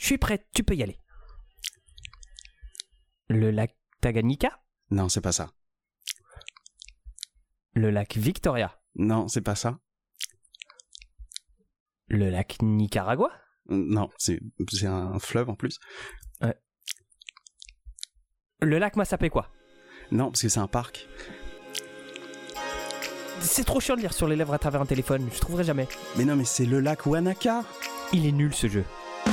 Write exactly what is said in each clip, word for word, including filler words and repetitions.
suis prêt, tu peux y aller. Le lac Tanganyika ? Non, c'est pas ça. Le lac Victoria ? Non, c'est pas ça. Le lac Nicaragua ? Non, c'est, c'est un fleuve en plus. Ouais. Le lac Massapequa ? Non, parce que c'est un parc. C'est trop chiant de lire sur les lèvres à travers un téléphone, je trouverai jamais. Mais non, mais c'est le lac Wanaka. Il est nul ce jeu.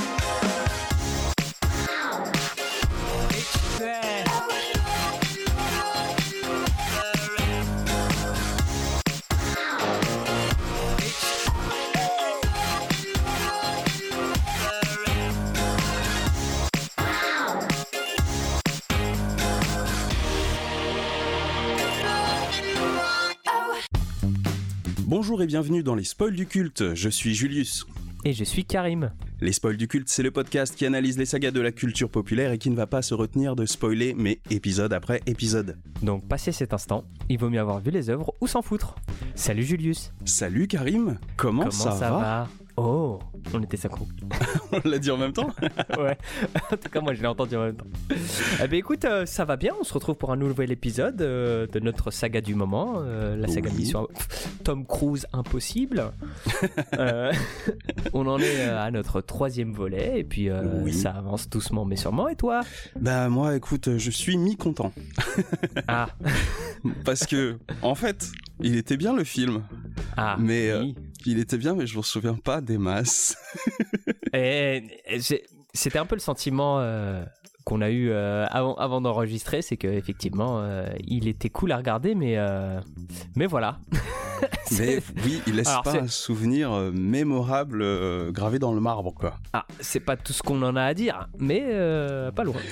Bonjour et bienvenue dans les spoils du culte, je suis Julius. Et je suis Karim. Les spoils du culte, c'est le podcast qui analyse les sagas de la culture populaire et qui ne va pas se retenir de spoiler, mais épisode après épisode. Donc passé cet instant, il vaut mieux avoir vu les œuvres ou s'en foutre. Salut Julius. Salut Karim, comment, Comment ça, ça va, va Oh, on était synchro. On l'a dit en même temps. Ouais, en tout cas moi je l'ai entendu en même temps. Eh bien écoute, euh, ça va bien, on se retrouve pour un nouvel épisode euh, de notre saga du moment, euh, la saga Oui. Mission Tom Cruise Impossible. euh, on en est à notre troisième volet et puis euh, Oui. ça avance doucement mais sûrement. Et toi ? Bah moi écoute, je suis mi-content. Ah, Parce que, en fait, il était bien le film. ah, Mais euh, oui. il était bien, mais je me souviens pas des masses. Et, et j'ai- c'était un peu le sentiment euh, qu'on a eu euh, avant, avant d'enregistrer, c'est qu'effectivement, euh, il était cool à regarder, mais, euh, mais voilà. Mais C'est- oui, il laisse Alors, pas c'est- un souvenir euh, mémorable euh, gravé dans le marbre, quoi. Ah, c'est pas tout ce qu'on en a à dire, mais euh, pas loin.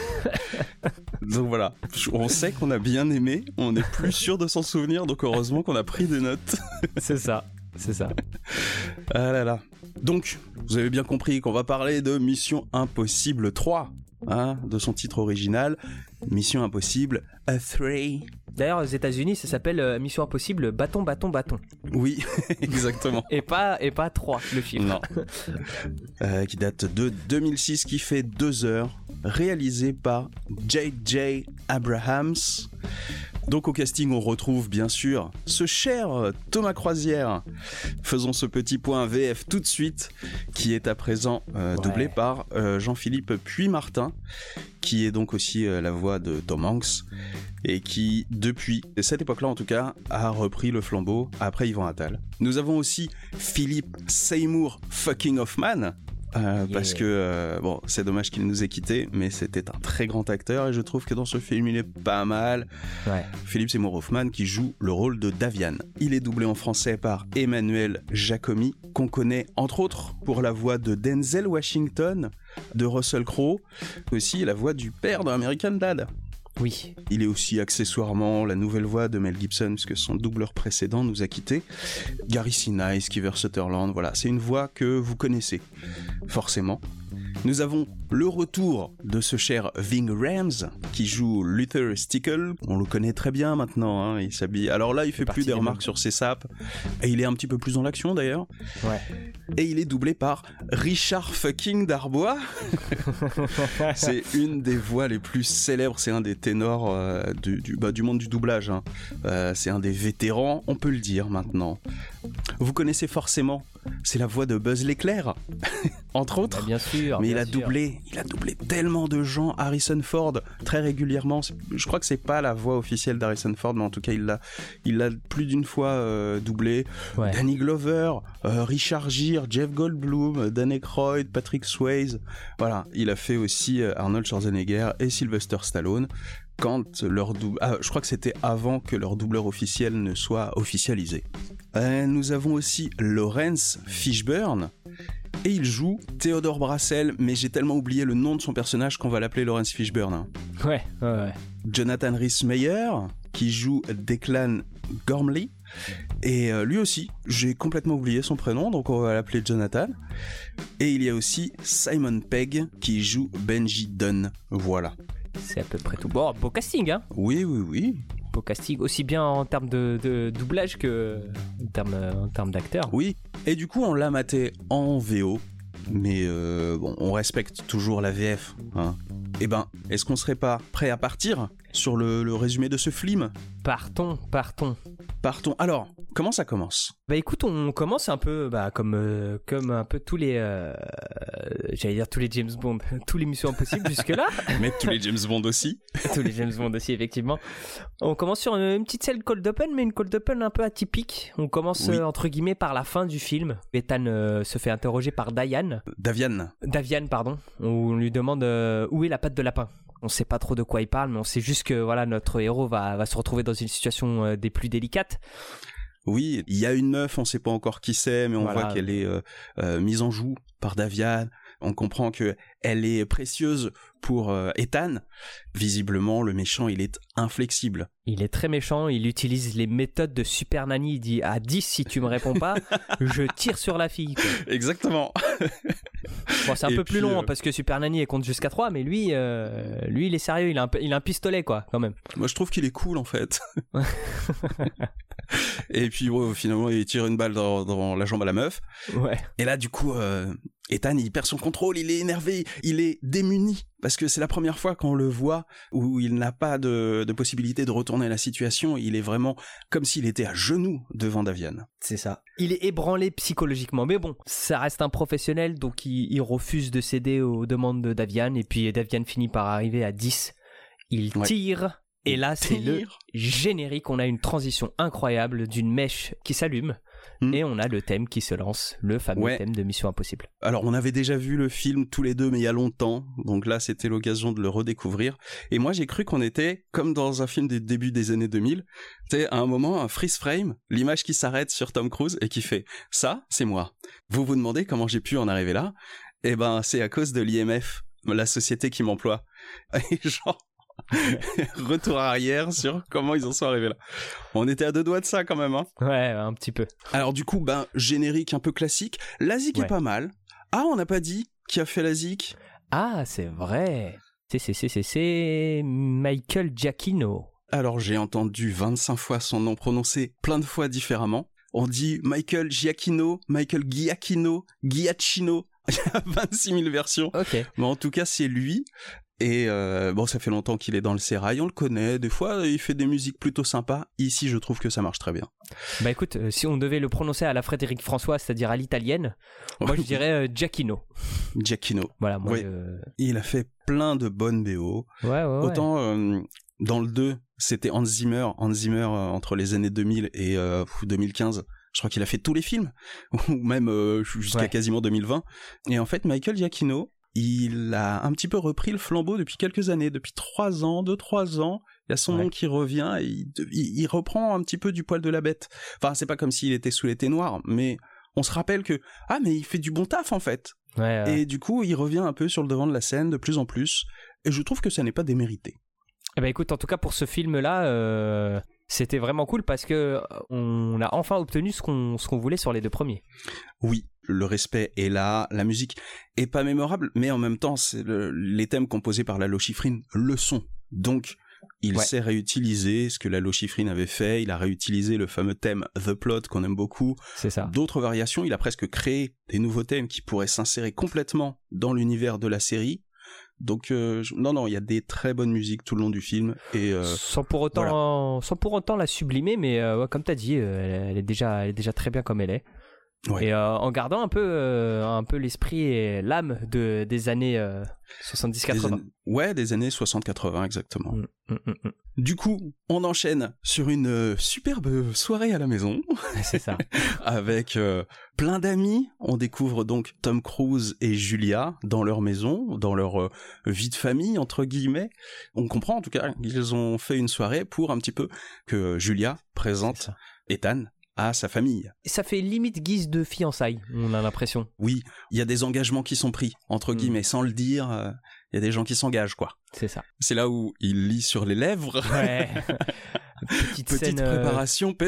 Donc voilà, on sait qu'on a bien aimé, on est plus sûr de s'en souvenir, donc heureusement qu'on a pris des notes. C'est ça, c'est ça. Ah là là. Donc, vous avez bien compris qu'on va parler de Mission Impossible trois, hein, de son titre original, Mission Impossible A trois. D'ailleurs, aux États-Unis, ça s'appelle euh, Mission Impossible Bâton, Bâton, Bâton. Oui, exactement. Et pas, et pas trois, le film. Non. Euh, qui date de deux mille six, qui fait deux heures, réalisé par J J Abrams. Donc au casting, on retrouve bien sûr ce cher euh, Thomas Croisière. Faisons ce petit point V F tout de suite, qui est à présent euh, Ouais. doublé par euh, Jean-Philippe Puy-Martin, qui est donc aussi euh, la voix de Tom Hanks, et qui, depuis cette époque-là en tout cas, a repris le flambeau après Yvan Attal. Nous avons aussi Philippe Seymour fucking Hoffman, euh, Yeah. parce que, euh, bon, c'est dommage qu'il nous ait quittés, mais c'était un très grand acteur, et je trouve que dans ce film, il est pas mal. Ouais. Philippe Seymour Hoffman qui joue le rôle de Davian. Il est doublé en français par Emmanuel Jacomi, qu'on connaît entre autres pour la voix de Denzel Washington, de Russell Crowe, aussi la voix du père dans American Dad. Oui. Il est aussi accessoirement la nouvelle voix de Mel Gibson, puisque son doubleur précédent nous a quittés. Gary Sinise, Kiefer Sutherland, voilà, c'est une voix que vous connaissez, forcément. Nous avons le retour de ce cher Ving Rhames, qui joue Luther Stickle. On le connaît très bien maintenant, hein, il s'habille... Alors là, il fait partie plus des des remarques mêmes. sur ses sapes, et il est un petit peu plus dans l'action d'ailleurs. Ouais. Et il est doublé par Richard fucking Darbois. C'est une des voix les plus célèbres, c'est un des ténors euh, du, du, bah, du monde du doublage, hein. Euh, c'est un des vétérans, on peut le dire maintenant. Vous connaissez forcément, c'est la voix de Buzz l'éclair, entre autres. Bah, bien sûr. Mais bien il a sûr. doublé, il a doublé tellement de gens. Harrison Ford, très régulièrement. C'est- Je crois que c'est pas la voix officielle d'Harrison Ford, mais en tout cas, il l'a, il l'a plus d'une fois euh, doublé. Ouais. Danny Glover, euh, Richard Gere, Jeff Goldblum, Dan Aykroyd, Patrick Swayze. Voilà, il a fait aussi euh, Arnold Schwarzenegger et Sylvester Stallone. Quand leur dou- ah, je crois que c'était avant que leur doubleur officiel ne soit officialisé. Euh, nous avons aussi Lawrence Fishburne. Et il joue Theodore Brassel, mais j'ai tellement oublié le nom de son personnage qu'on va l'appeler Lawrence Fishburne. hein. Ouais, ouais, ouais. Jonathan Rhys-Meyer, qui joue Declan Gormley. Et euh, lui aussi, j'ai complètement oublié son prénom, donc on va l'appeler Jonathan. Et il y a aussi Simon Pegg, qui joue Benji Dunn. Voilà. C'est à peu près tout. Bon, beau casting, hein. Oui, oui, oui. Beau casting, aussi bien en termes de, de doublage que en termes, en termes d'acteurs. Oui. Et du coup, on l'a maté en V O. Mais euh, euh, bon, on respecte toujours la V F, hein. Eh ben, est-ce qu'on serait pas prêt à partir sur le, le résumé de ce film ? Partons, partons. Partons. Alors, comment ça commence ? Bah écoute, on commence un peu bah, comme, euh, comme un peu tous les... Euh, j'allais dire tous les James Bond, tous les Missions Impossibles jusque-là. Mais tous les James Bond aussi. Tous les James Bond aussi, effectivement. On commence sur une, une petite scène cold open, mais une cold open un peu atypique. On commence, oui. euh, entre guillemets, par la fin du film. Ethan euh, se fait interroger par Diane. Davian. Davian, pardon. Où on lui demande euh, où est la patte de lapin. On sait pas trop de quoi il parle, mais on sait juste que voilà, notre héros va, va se retrouver dans une situation euh, des plus délicates. Oui, il y a une meuf, on sait pas encore qui c'est, mais on voilà. voit qu'elle est euh, euh, mise en joue par Davian. On comprend que elle est précieuse pour euh, Ethan. Visiblement, le méchant, il est inflexible. Il est très méchant, il utilise les méthodes de Super Nanny. Il dit à dix, si tu me réponds pas, je tire sur la fille. Quoi. Exactement. Bon, c'est un Et peu puis, plus long euh... hein, parce que Super Nanny elle compte jusqu'à trois, mais lui, euh, lui il est sérieux, il a, un, il a un pistolet quoi, quand même. Moi je trouve qu'il est cool en fait. Et puis ouais, finalement il tire une balle dans, dans la jambe à la meuf. Ouais. Et là du coup, euh, Ethan il perd son contrôle, il est énervé, il est démuni. Parce que c'est la première fois qu'on le voit où il n'a pas de, de possibilité de retourner la situation. Il est vraiment comme s'il était à genoux devant Davian. C'est ça. Il est ébranlé psychologiquement. Mais bon, ça reste un professionnel, donc il, il refuse de céder aux demandes de Davian. Et puis Davian finit par arriver à dix. Il ouais. tire. Et il là, c'est tire. le générique. On a une transition incroyable d'une mèche qui s'allume. Mmh. Et on a le thème qui se lance, le fameux ouais. thème de Mission Impossible. Alors on avait déjà vu le film tous les deux mais il y a longtemps, donc là c'était l'occasion de le redécouvrir. Et moi j'ai cru qu'on était comme dans un film des débuts des années deux mille, tu sais à un moment un freeze frame, l'image qui s'arrête sur Tom Cruise et qui fait « ça c'est moi ». Vous vous demandez comment j'ai pu en arriver là ? Eh ben c'est à cause de l'I M F, la société qui m'emploie. Et genre... retour arrière sur comment ils en sont arrivés là. On était à deux doigts de ça quand même hein. Ouais, un petit peu. Alors du coup, ben générique un peu classique. La zik ouais. est pas mal. Ah, on n'a pas dit qui a fait la zik. Ah, c'est vrai. C'est c'est c'est c'est c'est Michael Giacchino. Alors j'ai entendu vingt-cinq fois son nom prononcé plein de fois différemment. On dit Michael Giacchino, Michael Giacchino, Giacchino. Il y a vingt-six mille versions. Ok. Mais en tout cas, c'est lui. Et euh, bon, ça fait longtemps qu'il est dans le sérail, on le connaît, des fois il fait des musiques plutôt sympas, ici je trouve que ça marche très bien. Bah écoute, euh, si on devait le prononcer à la Frédéric François, c'est-à-dire à l'italienne, moi je dirais euh, Giacchino. Giacchino. Voilà, moi oui. je... Il a fait plein de bonnes B O. Ouais, ouais, ouais. Autant euh, dans le deux, c'était Hans Zimmer, Hans Zimmer euh, entre les années deux mille et euh, deux mille quinze. Je crois qu'il a fait tous les films, ou même euh, jusqu'à ouais. quasiment deux mille vingt. Et en fait, Michael Giacchino, il a un petit peu repris le flambeau depuis quelques années, depuis trois ans, deux, trois ans. Il y a son ouais. nom qui revient et il, il, il reprend un petit peu du poil de la bête. Enfin, c'est pas comme s'il était sous les noirs, mais on se rappelle que, ah, mais il fait du bon taf, en fait. Ouais, ouais. Et du coup, il revient un peu sur le devant de la scène de plus en plus. Et je trouve que ça n'est pas démérité. Eh ben, écoute, en tout cas, pour ce film-là, euh, c'était vraiment cool parce que on a enfin obtenu ce qu'on, ce qu'on voulait sur les deux premiers. Oui. Le respect est là, la musique est pas mémorable, mais en même temps, c'est le, les thèmes composés par Lalo Schifrin le sont. Donc, il ouais. sait réutiliser ce que Lalo Schifrin avait fait, il a réutilisé le fameux thème The Plot qu'on aime beaucoup. C'est ça. D'autres variations, il a presque créé des nouveaux thèmes qui pourraient s'insérer complètement dans l'univers de la série. Donc euh, non non, il y a des très bonnes musiques tout le long du film et euh, sans pour autant voilà. sans pour autant la sublimer, mais euh, ouais, comme t'as dit, euh, elle est déjà elle est déjà très bien comme elle est. Ouais. Et euh, en gardant un peu, euh, un peu l'esprit et l'âme de, des années euh, soixante-dix quatre-vingts. Des an... Ouais, des années soixante quatre-vingts, exactement. Mmh, mmh, mmh. Du coup, on enchaîne sur une euh, superbe soirée à la maison. C'est ça. Avec euh, plein d'amis. On découvre donc Tom Cruise et Julia dans leur maison, dans leur euh, vie de famille, entre guillemets. On comprend en tout cas qu'ils ont fait une soirée pour un petit peu que Julia présente Ethan à sa famille. Et ça fait limite guise de fiançailles, on a l'impression. Oui, il y a des engagements qui sont pris, entre mmh. guillemets, sans le dire, il euh, y a des gens qui s'engagent, quoi. C'est ça. C'est là où il lit sur les lèvres. Ouais. Petite, Petite scène, préparation, euh... paiement.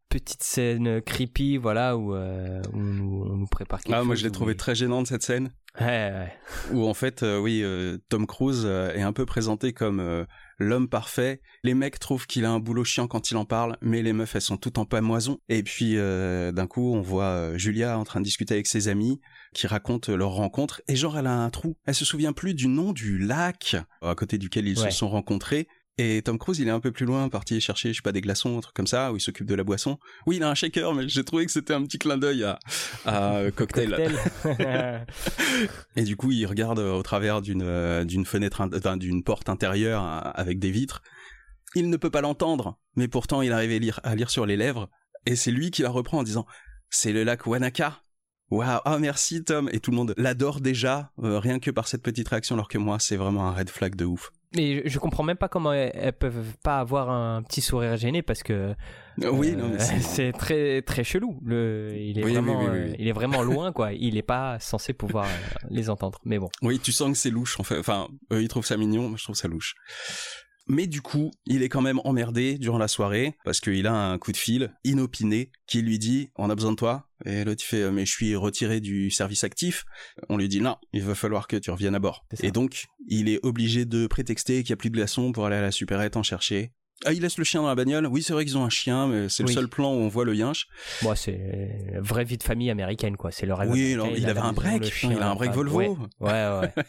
petite scène creepy, voilà, où, euh, où on, nous, on nous prépare quelque ah, chose. Moi, je l'ai trouvé mais... très gênante, cette scène. Ouais, ouais. Où, en fait, euh, oui, euh, Tom Cruise euh, est un peu présenté comme euh, l'homme parfait. Les mecs trouvent qu'il a un boulot chiant quand il en parle, mais les meufs, elles sont toutes en pâmoison. Et puis, euh, d'un coup, on voit euh, Julia en train de discuter avec ses amis, qui racontent leur rencontre. Et genre, elle a un trou. Elle se souvient plus du nom du lac à côté duquel ils ouais. se sont rencontrés. Et Tom Cruise, il est un peu plus loin, parti chercher, je sais pas, des glaçons, un truc comme ça, où il s'occupe de la boisson. Oui, il a un shaker, mais j'ai trouvé que c'était un petit clin d'œil à, à Cocktail. Cocktail. Et du coup, il regarde au travers d'une, d'une fenêtre, d'une porte intérieure avec des vitres. Il ne peut pas l'entendre, mais pourtant, il arrive à lire, à lire sur les lèvres. Et c'est lui qui la reprend en disant « C'est le lac Wanaka ». Waouh, ah merci Tom. Et tout le monde l'adore déjà, euh, rien que par cette petite réaction, alors que moi, c'est vraiment un red flag de ouf. Mais je comprends même pas comment elles, elles peuvent pas avoir un petit sourire gêné parce que oui, euh, non, mais c'est... c'est très très chelou. Le, il est oui, vraiment, oui, oui, oui, oui. Euh, il est vraiment loin quoi. Il est pas censé pouvoir euh, les entendre. Mais bon. Oui, tu sens que c'est louche en fait. Enfin, eux ils trouvent ça mignon, moi je trouve ça louche. Mais du coup, il est quand même emmerdé durant la soirée parce qu'il a un coup de fil inopiné qui lui dit « On a besoin de toi ». Et l'autre il fait « Mais je suis retiré du service actif ». On lui dit « Non, il va falloir que tu reviennes à bord ». Et donc, il est obligé de prétexter qu'il n'y a plus de glaçons pour aller à la supérette en chercher. Ah, il laisse le chien dans la bagnole. Oui, c'est vrai qu'ils ont un chien, mais c'est oui. le seul plan où on voit le yinche. Bon, c'est vraie vie de famille américaine, quoi. C'est le rêve. Oui, alors, il, il avait un break. Chien, il a un break Volvo. Ouais, ouais, ouais.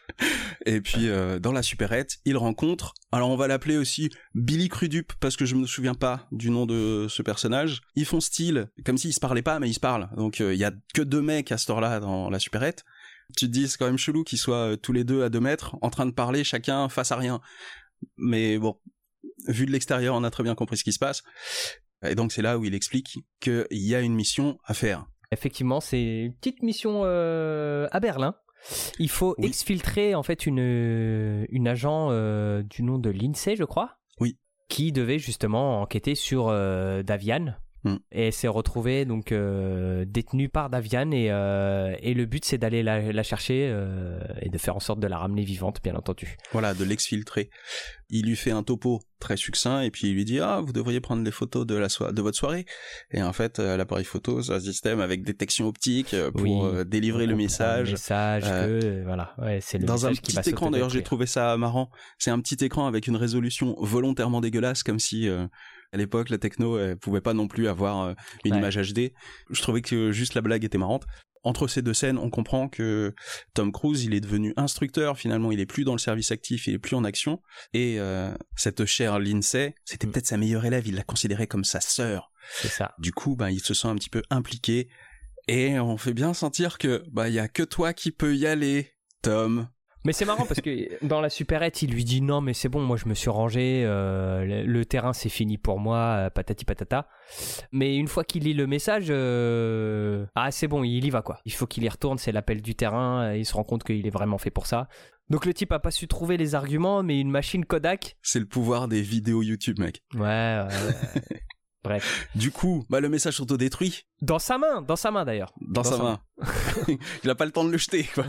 Et puis, euh, dans la supérette, il rencontre, alors on va l'appeler aussi Billy Crudup, parce que je me souviens pas du nom de ce personnage. Ils font style, comme s'ils se parlaient pas, mais ils se parlent. Donc, il euh, y a que deux mecs à cette heure-là dans la supérette. Tu te dis, c'est quand même chelou qu'ils soient euh, tous les deux à deux mètres, en train de parler, chacun face à rien. Mais bon, vu de l'extérieur, on a très bien compris ce qui se passe. Et donc, c'est là où il explique qu'il y a une mission à faire. Effectivement, c'est une petite mission euh, à Berlin. Il faut oui. exfiltrer en fait une, une agent euh, du nom de Lindsay, je crois. Oui. Qui devait justement enquêter sur euh, Davian. Mm. Et s'est retrouvée donc euh, détenue par Davian et, euh, et le but c'est d'aller la, la chercher euh, et de faire en sorte de la ramener vivante, bien entendu. Voilà, de l'exfiltrer. Il lui fait un topo très succinct et puis il lui dit ah vous devriez prendre les photos de la so- de votre soirée. Et en fait euh, l'appareil photo c'est un système avec détection optique pour oui, euh, délivrer le message. Le message euh, que voilà ouais c'est le dans message un qui petit va écran d'ailleurs j'ai trouvé ça marrant. C'est un petit écran avec une résolution volontairement dégueulasse comme si euh, à l'époque la techno elle pouvait pas non plus avoir euh, une ouais. image H D. Je trouvais que juste la blague était marrante. Entre ces deux scènes, on comprend que Tom Cruise, il est devenu instructeur, finalement, il est plus dans le service actif, il est plus en action, et euh, cette chère Lindsay, c'était mmh. peut-être sa meilleure élève, il la considérait comme sa sœur. C'est ça. Du coup, bah, il se sent un petit peu impliqué, et on fait bien sentir que, bah, il y a que toi qui peux y aller, Tom. Mais c'est marrant parce que dans la supérette, il lui dit non mais c'est bon, moi je me suis rangé, euh, le, le terrain c'est fini pour moi, euh, patati patata. Mais une fois qu'il lit le message, euh, ah c'est bon, il y va quoi. Il faut qu'il y retourne, c'est l'appel du terrain, il se rend compte qu'il est vraiment fait pour ça. Donc le type a pas su trouver les arguments, mais une machine Kodak. C'est le pouvoir des vidéos YouTube, mec. Ouais, ouais, ouais. Bref. Du coup, bah le message s'auto-détruit. Dans sa main, dans sa main d'ailleurs. Dans, dans sa, sa main. main. Il a pas le temps de le jeter, quoi.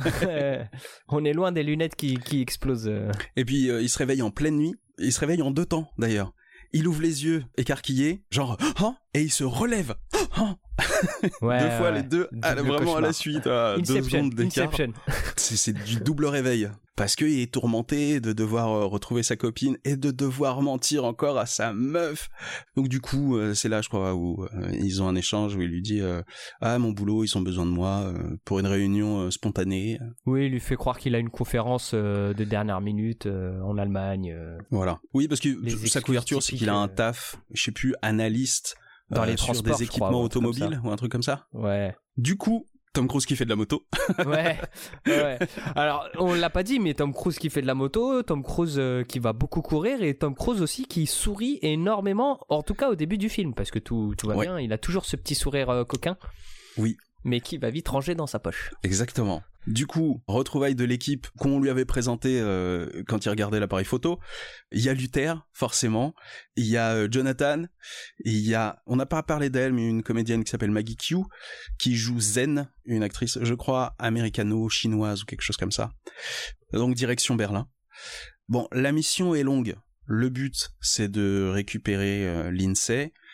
On est loin des lunettes qui, qui explosent. Et puis, euh, il se réveille en pleine nuit. Il se réveille en deux temps, d'ailleurs. Il ouvre les yeux écarquillés, genre, oh, et il se relève. Oh, ouais, deux fois ouais. les deux, à, vraiment cauchemar. À la suite, à Inception, deux secondes d'écart. Inception. C'est, c'est du double réveil. Parce qu'il est tourmenté de devoir euh, retrouver sa copine et de devoir mentir encore à sa meuf. Donc du coup, euh, c'est là, je crois, où euh, ils ont un échange où il lui dit euh, « Ah, mon boulot, ils ont besoin de moi euh, pour une réunion euh, spontanée. » Oui, il lui fait croire qu'il a une conférence euh, de dernière minute euh, en Allemagne. Euh, voilà. Oui, parce que sa couverture, c'est qu'il a un taf, je sais plus, analyste dans euh, les sur des équipements crois, automobiles ou un truc comme ça. Ouais. Du coup... Tom Cruise qui fait de la moto. ouais, ouais. Alors, on l'a pas dit, mais Tom Cruise qui fait de la moto, Tom Cruise euh, qui va beaucoup courir et Tom Cruise aussi qui sourit énormément, en tout cas au début du film, parce que tout, tout va ouais. bien, il a toujours ce petit sourire euh, coquin. Oui. Mais qui va vite ranger dans sa poche. Exactement. Du coup, retrouvailles de l'équipe qu'on lui avait présentée euh, quand il regardait l'appareil photo. Il y a Luther, forcément. Il y a euh, Jonathan. Il y a, on n'a pas parlé d'elle, mais une comédienne qui s'appelle Maggie Q, qui joue Zen, une actrice, je crois, américano-chinoise ou quelque chose comme ça. Donc, direction Berlin. Bon, la mission est longue. Le but, c'est de récupérer euh, Lindsay.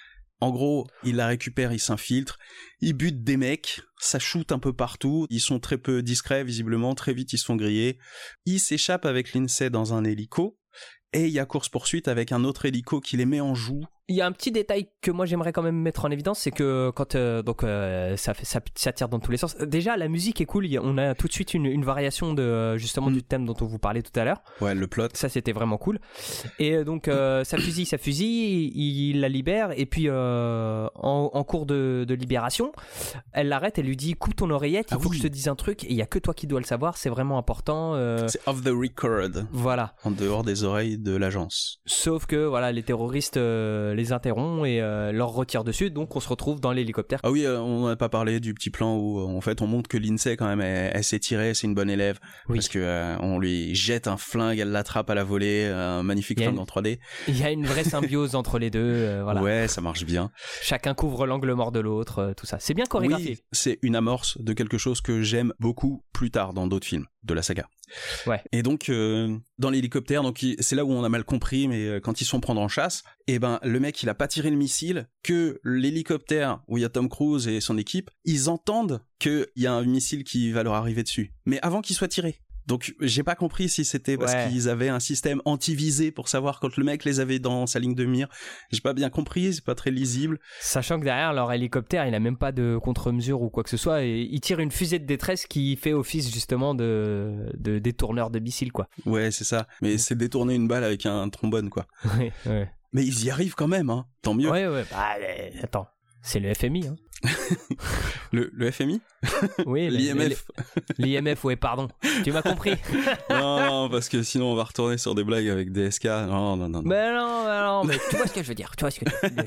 En gros, il la récupère, il s'infiltre, il bute des mecs, ça shoot un peu partout, ils sont très peu discrets visiblement, très vite ils se font griller. Il s'échappe avec Lindsay dans un hélico, et il y a course-poursuite avec un autre hélico qui les met en joue. Il y a un petit détail que moi j'aimerais quand même mettre en évidence, c'est que quand euh, donc euh, ça fait ça, ça tire dans tous les sens. Déjà la musique est cool, on a tout de suite une, une variation de justement mm. du thème dont on vous parlait tout à l'heure. Ouais, le plot. Ça c'était vraiment cool. Et donc euh, ça fusille, ça fusille, il, il la libère et puis euh, en, en cours de, de libération, elle l'arrête, elle lui dit coupe ton oreillette, il ah faut oui. que je te dise un truc et il y a que toi qui dois le savoir, c'est vraiment important. Euh... C'est off the record. Voilà. En dehors des oreilles de l'agence. Sauf que voilà, les terroristes euh, les interrompt et euh, leur retire dessus, donc on se retrouve dans l'hélicoptère. Ah oui, euh, on n'a pas parlé du petit plan où en fait on montre que Lindsay quand même elle, elle s'est tirée, c'est une bonne élève oui. parce que euh, on lui jette un flingue, elle l'attrape à la volée, un magnifique flingue une... en trois D. Il y a une vraie symbiose entre les deux, euh, voilà. Ouais, ça marche bien. Chacun couvre l'angle mort de l'autre, euh, tout ça. C'est bien chorégraphié. Oui, c'est une amorce de quelque chose que j'aime beaucoup plus tard dans d'autres films de la saga. Ouais. Et donc euh, dans l'hélicoptère, donc il, c'est là où on a mal compris, mais euh, quand ils sont prendre en chasse, et ben le mec il a pas tiré le missile, que l'hélicoptère où il y a Tom Cruise et son équipe, ils entendent qu'il y a un missile qui va leur arriver dessus, mais avant qu'il soit tiré. Donc j'ai pas compris si c'était parce ouais. qu'ils avaient un système anti-visée pour savoir quand le mec les avait dans sa ligne de mire. J'ai pas bien compris, c'est pas très lisible. Sachant que derrière leur hélicoptère, il a même pas de contre-mesure ou quoi que ce soit, et il tire une fusée de détresse qui fait office justement de, de détourneur de missiles, quoi. Ouais, c'est ça. Mais c'est détourner une balle avec un trombone, quoi. Ouais, ouais. Mais ils y arrivent quand même, hein. Tant mieux. Ouais, ouais. Bah, attends. C'est le F M I, hein. le, le F M I Oui, l'I M F. L'I M F, ouais, pardon. Tu m'as compris. non, non, parce que sinon on va retourner sur des blagues avec D S K. Non, non, non. non. Mais non, mais non, mais tu vois ce que je veux dire. Tu vois ce que je veux dire.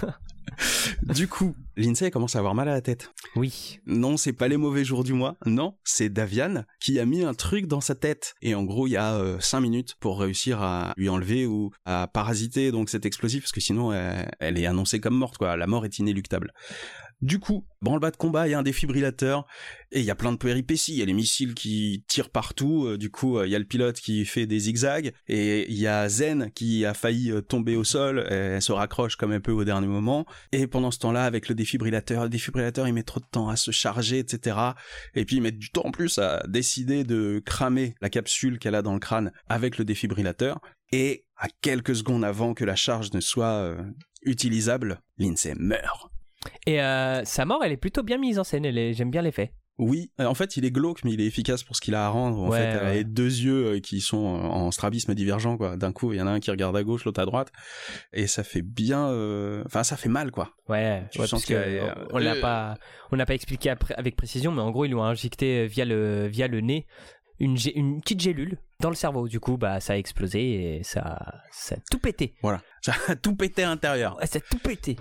Du coup, Lindsay commence à avoir mal à la tête. Oui. Non, c'est pas les mauvais jours du mois. Non, c'est Davian qui a mis un truc dans sa tête. Et en gros, il y a euh, cinq minutes pour réussir à lui enlever ou à parasiter donc cet explosif, parce que sinon, elle, elle est annoncée comme morte, quoi. La mort est inéluctable. Du coup, branle-bas de combat, il y a un défibrillateur, et il y a plein de péripéties, il y a les missiles qui tirent partout, euh, du coup, il euh, y a le pilote qui fait des zigzags, et il y a Zen qui a failli euh, tomber au sol, elle se raccroche comme un peu au dernier moment, et pendant ce temps-là, avec le défibrillateur, le défibrillateur, il met trop de temps à se charger, et cetera, et puis il met du temps en plus à décider de cramer la capsule qu'elle a dans le crâne avec le défibrillateur, et à quelques secondes avant que la charge ne soit euh, utilisable, Lindsay meurt. Et euh, sa mort, elle est plutôt bien mise en scène, elle est... j'aime bien l'effet. Oui, en fait, il est glauque, mais il est efficace pour ce qu'il a à rendre. En ouais, fait, elle ouais. a deux yeux qui sont en strabisme divergent, quoi. D'un coup, il y en a un qui regarde à gauche, l'autre à droite, et ça fait bien, euh... enfin, ça fait mal, quoi. Ouais, tu ouais sens parce que euh, on l'a pas, on n'a pas expliqué après, avec précision, mais en gros, ils l'ont injecté via le, via le nez. Une, gé- une petite gélule dans le cerveau. Du coup, bah, ça a explosé et ça, ça a tout pété. Voilà, ça a tout pété à l'intérieur. Ouais, ça a tout pété.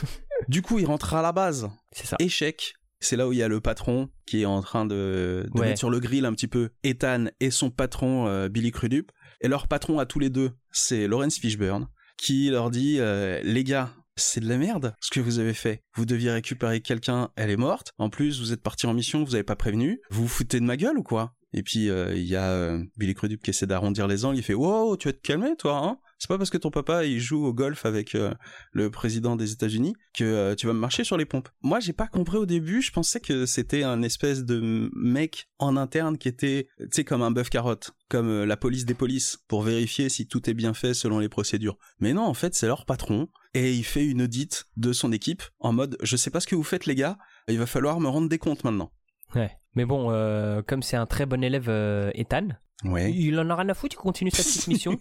Du coup, il rentre à la base. C'est ça. Échec. C'est là où il y a le patron qui est en train de, de ouais. mettre sur le grill un petit peu Ethan et son patron euh, Billy Crudup. Et leur patron à tous les deux, c'est Lawrence Fishburne, qui leur dit euh, les gars, c'est de la merde ce que vous avez fait. Vous deviez récupérer quelqu'un, elle est morte. En plus, vous êtes partis en mission, vous avez pas prévenu. Vous vous foutez de ma gueule ou quoi? Et puis il euh, y a euh, Billy Crudup qui essaie d'arrondir les angles. Il fait wow, tu vas te calmer toi, hein? C'est pas parce que ton papa il joue au golf avec euh, le président des États-Unis que euh, tu vas me marcher sur les pompes. Moi, j'ai pas compris au début. Je pensais que c'était un espèce de mec en interne qui était, tu sais, comme un bœuf carotte, comme euh, la police des polices, pour vérifier si tout est bien fait selon les procédures. Mais non, en fait, c'est leur patron et il fait une audite de son équipe en mode, je sais pas ce que vous faites les gars, il va falloir me rendre des comptes maintenant. Ouais. Mais bon, euh, comme c'est un très bon élève, euh, Ethan, ouais. il en a rien à foutre, il continue sa petite mission.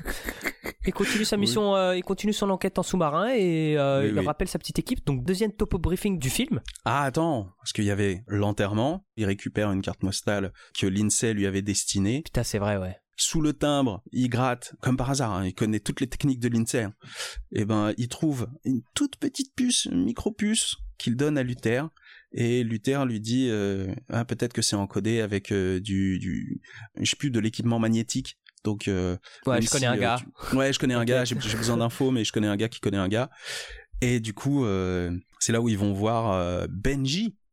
Il continue sa mission, oui. euh, il continue son enquête en sous-marin et euh, oui, il oui. rappelle sa petite équipe. Donc deuxième topo briefing du film. Ah attends, parce qu'il y avait l'enterrement, il récupère une carte postale que Lindsay lui avait destinée. Putain, c'est vrai, ouais. Sous le timbre, il gratte, comme par hasard, hein, il connaît toutes les techniques de Lindsay. Hein. Et ben, il trouve une toute petite puce, une micro-puce, qu'il donne à Luther. Et Luther lui dit, euh, ah, peut-être que c'est encodé avec euh, du, du, je sais plus, de l'équipement magnétique. Donc, euh, ouais, je connais si, un gars. Euh, tu... Ouais, je connais un gars. J'ai, j'ai besoin d'infos, mais je connais un gars qui connaît un gars. Et du coup, euh, c'est là où ils vont voir euh, Benji,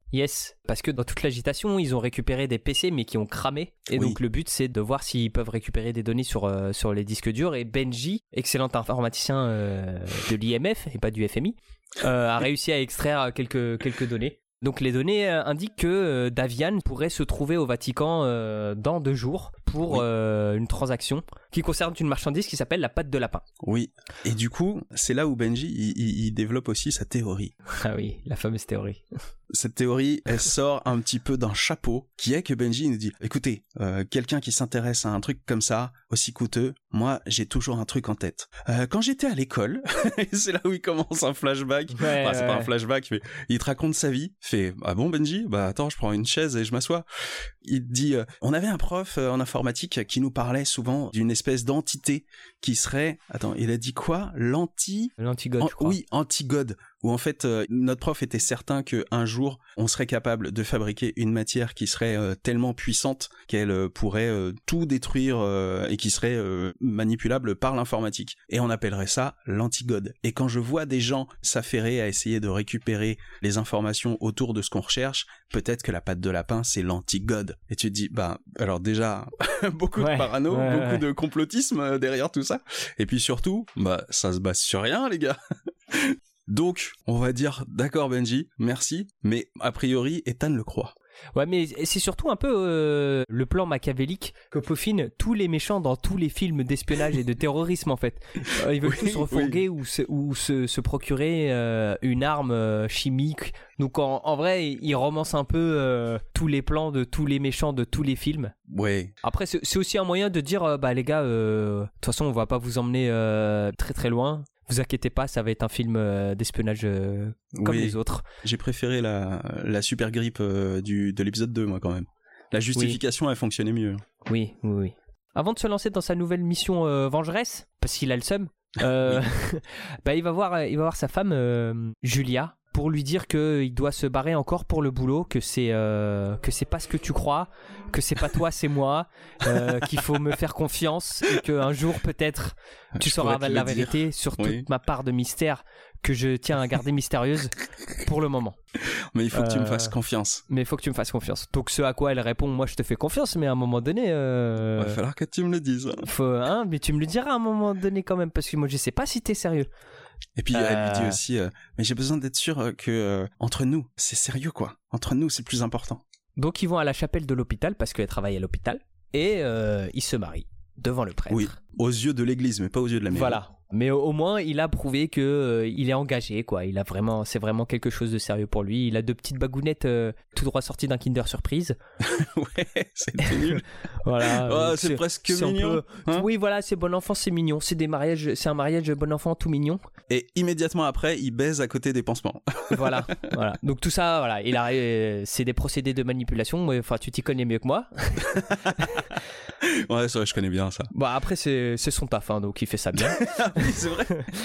Yes, parce que dans toute l'agitation, ils ont récupéré des P C mais qui ont cramé. Et oui. Donc le but, c'est de voir s'ils peuvent récupérer des données sur, euh, sur les disques durs. Et Benji, excellent informaticien euh, de l'I M F et pas du F M I, euh, a réussi à extraire quelques, quelques données. Donc les données euh, indiquent que euh, Davian pourrait se trouver au Vatican euh, dans deux jours pour oui. euh, une transaction qui concerne une marchandise qui s'appelle la pâte de lapin. Oui, et du coup, c'est là où Benji, il, il, il développe aussi sa théorie. Ah oui, la fameuse théorie. Cette théorie, elle sort un petit peu d'un chapeau, qui est que Benji nous dit, écoutez, euh, quelqu'un qui s'intéresse à un truc comme ça, aussi coûteux, moi, j'ai toujours un truc en tête. Euh, quand j'étais à l'école, c'est là où il commence un flashback, ouais, enfin, c'est ouais. pas un flashback, mais il te raconte sa vie, fait, ah bon Benji, bah attends, je prends une chaise et je m'assois. Il te dit, euh, on avait un prof euh, en informatique qui nous parlait souvent d'une espèce d'entité qui serait, attends, il a dit quoi? L'anti... L'antigode, en... je crois. Oui, antigode. Où en fait, euh, notre prof était certain qu'un jour, on serait capable de fabriquer une matière qui serait euh, tellement puissante qu'elle euh, pourrait euh, tout détruire euh, et qui serait euh, manipulable par l'informatique. Et on appellerait ça l'antigode. Et quand je vois des gens s'affairer à essayer de récupérer les informations autour de ce qu'on recherche, peut-être que la pâte de lapin, c'est l'antigode. Et tu te dis, bah, alors déjà, beaucoup ouais, de parano, ouais, beaucoup ouais. de complotisme derrière tout ça. Et puis surtout, bah, ça se base sur rien, les gars. Donc, on va dire, d'accord Benji, merci, mais a priori, Ethan le croit. Ouais, mais c'est surtout un peu euh, le plan machiavélique que peaufinent tous les méchants dans tous les films d'espionnage et de terrorisme, en fait. Euh, ils veulent oui, tous refourguer oui. ou, se, ou se, se procurer euh, une arme euh, chimique. Donc, en, en vrai, ils romancent un peu euh, tous les plans de tous les méchants de tous les films. Ouais. Après, c'est, c'est aussi un moyen de dire, euh, bah les gars, de euh, toute façon, on va pas vous emmener euh, très très loin. Vous inquiétez pas, ça va être un film euh, d'espionnage euh, comme oui, les autres. J'ai préféré la, la super grippe euh, du, de l'épisode deux, moi, quand même. La justification, oui. Elle fonctionnait mieux. Oui, oui, oui. Avant de se lancer dans sa nouvelle mission euh, vengeresse, parce qu'il a le seum, euh, oui. bah, il va voir, il va voir sa femme, euh, Julia, pour lui dire qu'il doit se barrer encore pour le boulot, que c'est, euh, que c'est pas ce que tu crois, que c'est pas toi, c'est moi, euh, qu'il faut me faire confiance et qu'un jour peut-être tu sauras la vérité dire. Sur toute oui. ma part de mystère que je tiens à garder mystérieuse pour le moment. Mais il faut que tu euh, me fasses confiance. Mais il faut que tu me fasses confiance. Donc ce à quoi elle répond, moi je te fais confiance, mais à un moment donné... Euh, il va falloir que tu me le dises. Faut, hein, mais tu me le diras à un moment donné quand même, parce que moi je sais pas si t'es sérieux. Et puis euh... elle lui dit aussi, euh, mais j'ai besoin d'être sûr que euh, entre nous, c'est sérieux quoi. Entre nous, c'est le plus important. Donc ils vont à la chapelle de l'hôpital parce qu'elle travaille à l'hôpital et euh, ils se marient devant le prêtre. Oui, aux yeux de l'église, mais pas aux yeux de la mairie. Voilà. Mais au, au moins, il a prouvé que euh, il est engagé, quoi. Il a vraiment, c'est vraiment quelque chose de sérieux pour lui. Il a deux petites bagounettes euh, tout droit sorties d'un Kinder Surprise. Ouais, c'est nul. Voilà. Oh, c'est, c'est presque c'est mignon. Peu... Hein oui, voilà, c'est bon enfant, c'est mignon. C'est des mariages, c'est un mariage bon enfant tout mignon. Et immédiatement après, il baise à côté des pansements. Voilà, voilà. Donc tout ça, voilà, il a, euh, c'est des procédés de manipulation. Enfin, tu t'y connais mieux que moi. Ouais, c'est vrai, je connais bien ça. Bon, après, c'est, c'est son taf, hein, donc il fait ça bien. Oui, c'est vrai.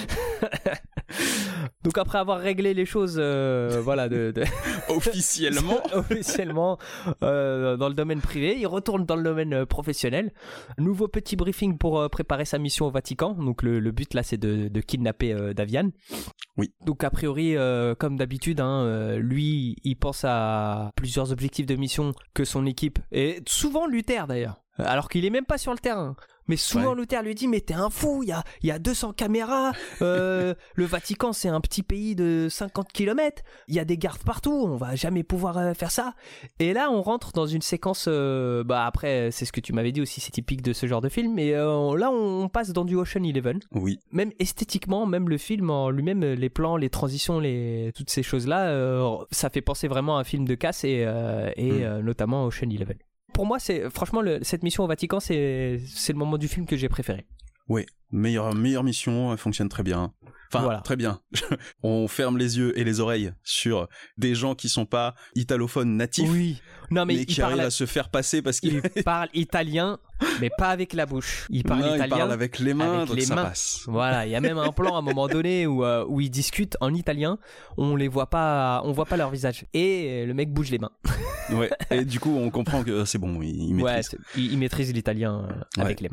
Donc après avoir réglé les choses, euh, voilà, de, de... officiellement, officiellement euh, dans le domaine privé, il retourne dans le domaine euh, professionnel. Nouveau petit briefing pour euh, préparer sa mission au Vatican. Donc le, le but là, c'est de, de kidnapper euh, Davian. Oui. Donc a priori, euh, comme d'habitude, hein, euh, lui, il pense à plusieurs objectifs de mission que son équipe, et souvent Luther d'ailleurs, alors qu'il est même pas sur le terrain. Mais souvent, ouais. Luther lui dit, mais t'es un fou, il y a, y a deux cents caméras, euh, le Vatican, c'est un petit pays de cinquante kilomètres, il y a des gardes partout, on va jamais pouvoir euh, faire ça. Et là, on rentre dans une séquence, euh, bah après, c'est ce que tu m'avais dit aussi, c'est typique de ce genre de film, mais euh, là, on passe dans du Ocean Eleven. Oui. Même esthétiquement, même le film en lui-même, les plans, les transitions, les, toutes ces choses-là, euh, ça fait penser vraiment à un film de casse et, euh, et mm. euh, notamment Ocean Eleven. Pour moi, c'est franchement le, cette mission au Vatican, c'est c'est le moment du film que j'ai préféré. Oui, meilleure meilleure mission, elle fonctionne très bien. Enfin, voilà. Très bien. On ferme les yeux et les oreilles sur des gens qui sont pas italophones natifs, oui. Non, mais, mais qui arrivent à se faire passer parce qu'ils parlent italien, mais pas avec la bouche. Ils parlent non, italien. Ils parlent avec les mains, avec donc les ça mains. passe. Voilà, il y a même un plan à un moment donné où euh, où ils discutent en italien. On les voit pas, on voit pas leur visage. Et le mec bouge les mains. Ouais. Et du coup, on comprend que c'est bon, il, il maîtrise. Ouais, il, il maîtrise l'italien euh, ouais. avec les mains.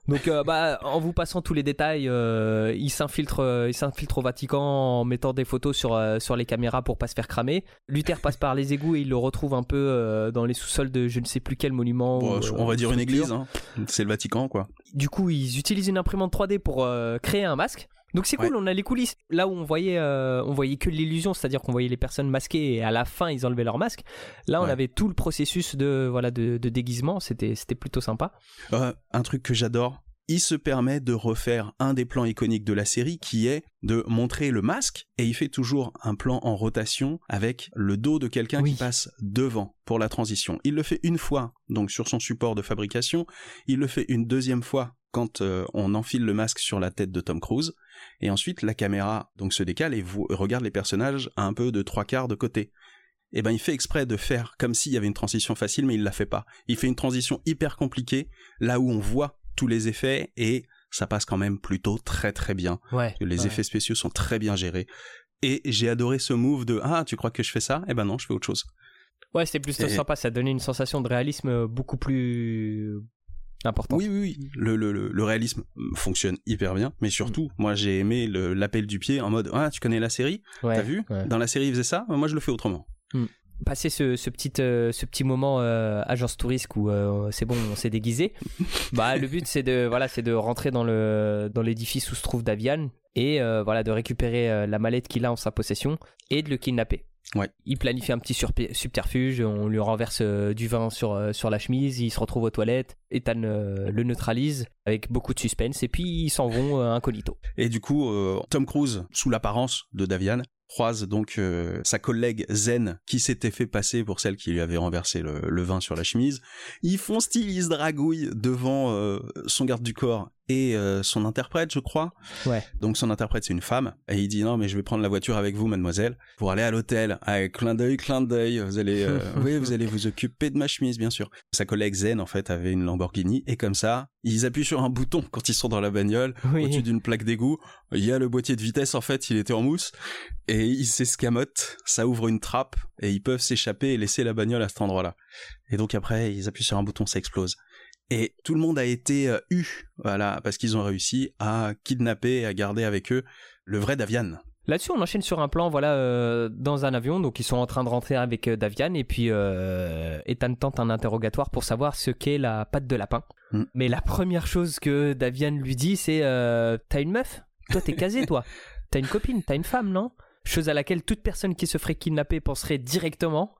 Donc, euh, bah, en vous passant tous les détails, euh, il s'infiltre, euh, il s'infiltre au Vatican en mettant des photos sur, euh, sur les caméras pour pas se faire cramer. Luther passe par les égouts et il le retrouve un peu euh, dans les sous-sols de je ne sais plus quel monument. Bon, ou, on va euh, dire une structure. église, hein. C'est le Vatican, quoi. Du coup, ils utilisent une imprimante trois D pour euh, créer un masque. Donc c'est cool, Ouais. on a les coulisses. Là où on voyait, euh, on voyait que l'illusion, c'est-à-dire qu'on voyait les personnes masquées et à la fin ils enlevaient leur masque. Là, on Ouais. avait tout le processus de voilà de, de déguisement. C'était c'était plutôt sympa. Euh, un truc que j'adore, il se permet de refaire un des plans iconiques de la série qui est de montrer le masque et il fait toujours un plan en rotation avec le dos de quelqu'un Oui. qui passe devant pour la transition. Il le fait une fois donc sur son support de fabrication, il le fait une deuxième fois quand euh, on enfile le masque sur la tête de Tom Cruise et ensuite la caméra donc se décale et vous regarde les personnages à un peu de trois quarts de côté. Et ben il fait exprès de faire comme s'il y avait une transition facile mais il la fait pas. Il fait une transition hyper compliquée là où on voit tous les effets et ça passe quand même plutôt très très bien. Ouais. Les ouais. effets spéciaux sont très bien gérés. Et j'ai adoré ce move de « Ah, tu crois que je fais ça ? Eh ben non, je fais autre chose. Ouais, c'était plutôt Et- sympa. Ça donnait une sensation de réalisme beaucoup plus importante. Oui, oui, oui. Le, le, le, le réalisme fonctionne hyper bien. Mais surtout, Mm. moi j'ai aimé le- l'appel du pied en mode « Ah, tu connais la série ? Ouais, T'as vu ? ouais. Dans la série, il faisait ça. Moi, je le fais autrement. » Passer ce, ce petit euh, ce petit moment euh, agence touriste où euh, c'est bon, on s'est déguisé. Bah le but c'est de voilà c'est de rentrer dans le dans l'édifice où se trouve Davian et euh, voilà de récupérer euh, la mallette qu'il a en sa possession et de le kidnapper. Ouais. Il planifie un petit surpi- subterfuge, on lui renverse euh, du vin sur euh, sur la chemise, il se retrouve aux toilettes, Ethan euh, le neutralise avec beaucoup de suspense et puis ils s'en vont euh, incognito. Et du coup, euh, Tom Cruise, sous l'apparence de Davian, croise donc euh, sa collègue Zen qui s'était fait passer pour celle qui lui avait renversé le, le vin sur la chemise. Ils font style, ils se dragouillent devant euh, son garde du corps et euh, son interprète, je crois. Ouais. Donc son interprète, c'est une femme. Et il dit « Non, mais je vais prendre la voiture avec vous, mademoiselle, pour aller à l'hôtel. Ah, clin d'œil, clin d'œil. Vous allez, euh, oui, vous allez vous occuper de ma chemise, bien sûr. » Sa collègue Zen, en fait, avait une Lamborghini. Et comme ça, ils appuient sur un bouton quand ils sont dans la bagnole, Oui. au-dessus d'une plaque d'égout. Il y a le boîtier de vitesse, en fait, il était en mousse. Et ils s'escamotent. Ça ouvre une trappe. Et ils peuvent s'échapper et laisser la bagnole à cet endroit-là. Et donc après, ils appuient sur un bouton, ça explose. Et tout le monde a été euh, eu, voilà, parce qu'ils ont réussi à kidnapper et à garder avec eux le vrai Davian. Là-dessus, on enchaîne sur un plan, voilà, euh, dans un avion. Donc, ils sont en train de rentrer avec euh, Davian. Et puis, euh, Ethan tente un interrogatoire pour savoir ce qu'est la patte de lapin. Mm. Mais la première chose que Davian lui dit, c'est euh, t'as une meuf ? Toi, t'es casé, toi. T'as une copine, t'as une femme, non ? Chose à laquelle toute personne qui se ferait kidnapper penserait directement.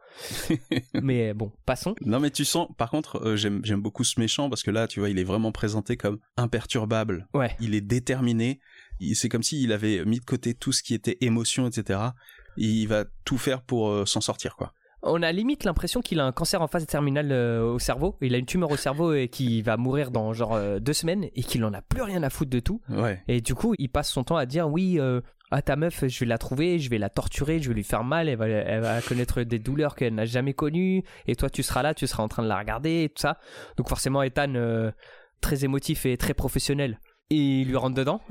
Mais bon, passons. Non mais tu sens, par contre, euh, j'aime, j'aime beaucoup ce méchant parce que là, tu vois, il est vraiment présenté comme imperturbable. Ouais. Il est déterminé. Il, c'est comme s'il avait mis de côté tout ce qui était émotion, et cetera. Il va tout faire pour euh, s'en sortir, quoi. On a limite l'impression qu'il a un cancer en phase terminale euh, au cerveau. Il a une tumeur au cerveau et qu'il va mourir dans genre euh, deux semaines et qu'il en a plus rien à foutre de tout. Ouais. Et du coup, il passe son temps à dire oui, euh, ah ta meuf, je vais la trouver, je vais la torturer, je vais lui faire mal, elle va, elle va connaître des douleurs qu'elle n'a jamais connues. Et toi, tu seras là, tu seras en train de la regarder et tout ça. Donc forcément, Ethan, euh, très émotif et très professionnel, il lui rentre dedans.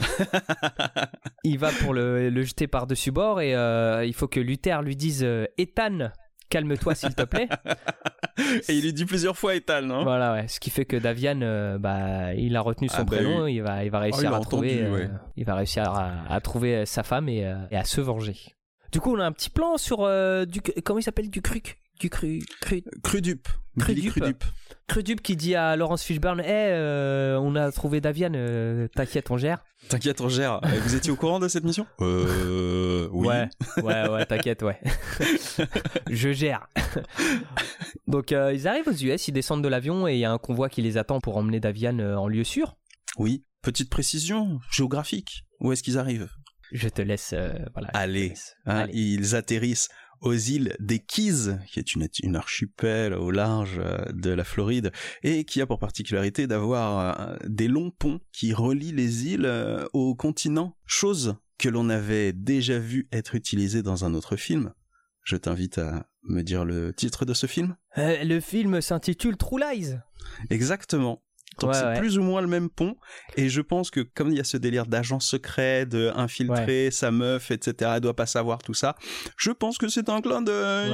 Il va pour le, le jeter par-dessus bord et euh, il faut que Luther lui dise euh, Ethan, calme-toi s'il te plaît. Et il lui dit plusieurs fois Ethan, non ? Voilà, ouais. Ce qui fait que Davian, euh, bah, il a retenu son Ah bah, prénom, il- il va, il va réussir Oh, il a à trouver, entendu, euh, ouais. il va réussir à, à trouver sa femme et, euh, et à se venger. Du coup, on a un petit plan sur euh, du, comment il s'appelle, du cruc, du cru, cru, Crudup. Billy Crudup. Crudup. Crudup qui dit à Laurence Fishburne, hey, euh, on a trouvé Davian, euh, t'inquiète, on gère. T'inquiète, on gère. Et vous étiez au courant de cette mission ? Euh... Oui. Ouais, ouais, ouais, t'inquiète, ouais. Je gère. Donc, euh, ils arrivent aux U S, ils descendent de l'avion et il y a un convoi qui les attend pour emmener Davian euh, en lieu sûr. Oui. Petite précision géographique. Où est-ce qu'ils arrivent ? Je te laisse, euh, voilà. je te Allez, laisse. hein, Allez. ils atterrissent aux îles des Keys, qui est une, une archipel au large euh, de la Floride, et qui a pour particularité d'avoir euh, des longs ponts qui relient les îles euh, au continent, chose que l'on avait déjà vu être utilisée dans un autre film. Je t'invite à me dire le titre de ce film. Euh, le film s'intitule True Lies. Exactement. Donc Ouais, c'est ouais. plus ou moins le même pont, et je pense que comme il y a ce délire d'agent secret, de infiltrer sa meuf, et cetera, elle doit pas savoir tout ça, je pense que c'est un clin d'œil. Ouais.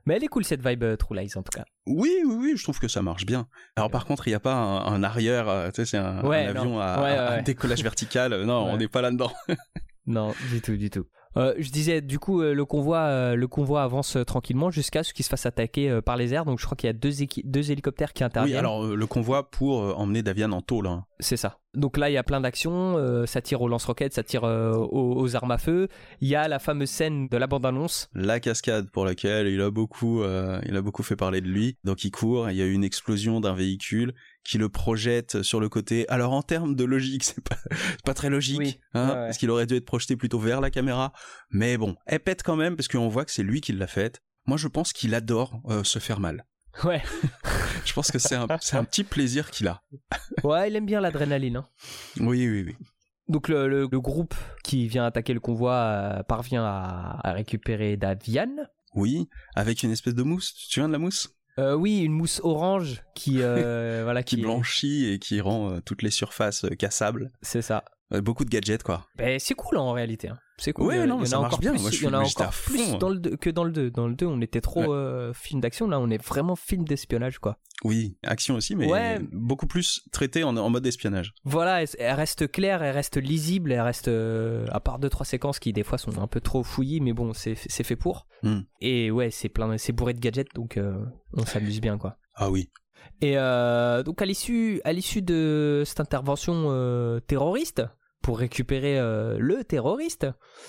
Mais elle est cool cette vibe euh, True Lies en tout cas. Oui, oui, oui, je trouve que ça marche bien. Alors par contre, il n'y a pas un, un arrière, euh, tu sais, c'est un, Ouais, un avion à, ouais, à- à ouais. décollage vertical. Non, Ouais. on n'est pas là-dedans. Non, du tout, du tout. Euh, je disais, du coup, euh, le convoi, euh, le convoi avance euh, tranquillement jusqu'à ce qu'il se fasse attaquer euh, par les airs. Donc, je crois qu'il y a deux, équi- deux hélicoptères qui interviennent. Oui, alors euh, le convoi pour euh, emmener Davian en tôle. Hein. C'est ça. Donc là, il y a plein d'actions. euh, ça tire aux lance-roquettes, ça tire euh, aux, aux armes à feu. Il y a la fameuse scène de la bande-annonce. La cascade pour laquelle il a beaucoup, euh, il a beaucoup fait parler de lui. Donc il court, il y a eu une explosion d'un véhicule qui le projette sur le côté. Alors en termes de logique, c'est pas, c'est pas très logique, Oui, hein, ouais, ouais. parce qu'il aurait dû être projeté plutôt vers la caméra. Mais bon, elle pète quand même parce qu'on voit que c'est lui qui l'a faite. Moi, je pense qu'il adore euh, se faire mal. Ouais. Je pense que c'est un, c'est un petit plaisir qu'il a. Ouais, il aime bien l'adrénaline. Hein. Oui, oui, oui. Donc le, le- le groupe qui vient attaquer le convoi euh, parvient à, à récupérer Davian. Oui, avec une espèce de mousse. Tu te souviens de la mousse Euh, oui, une mousse orange qui euh, voilà qui qui blanchit et qui rend euh, toutes les surfaces euh, cassables. C'est ça. Euh, beaucoup de gadgets, quoi. Ben, c'est cool en réalité. Hein. C'est cool. Ouais, Il y a- non, il y en ça a marche encore bien. plus, Moi, je il y en a suis- j'étais encore à plus fond, dans le deux, que dans le deux. Dans le deux, on était trop Ouais. euh, film d'action. Là, on est vraiment film d'espionnage, quoi. Oui, action aussi, mais Ouais. beaucoup plus traité en, en mode espionnage. Voilà, elle, elle reste claire, elle reste lisible, elle reste euh, à part deux trois séquences qui des fois sont un peu trop fouillis, mais bon, c'est c'est fait pour. Hmm. Et ouais, c'est plein, c'est bourré de gadgets, donc euh, on s'amuse bien, quoi. Ah oui. Et euh, donc à l'issue, à l'issue de cette intervention euh, terroriste pour récupérer euh, le terroriste,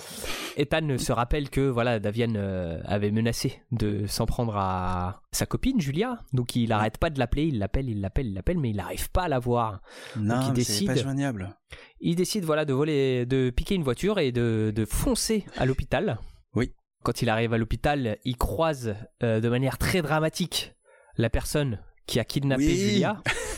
Ethan se rappelle que voilà, Davian euh, avait menacé de s'en prendre à sa copine Julia, donc il arrête pas de l'appeler, il l'appelle, il l'appelle, il l'appelle, mais il n'arrive pas à la voir. Non, il mais c'est décide- pas joignable. Il décide voilà de voler, de piquer une voiture et de, de foncer à l'hôpital. Oui. Quand il arrive à l'hôpital, il croise euh, de manière très dramatique la personne qui a kidnappé Oui. Julia.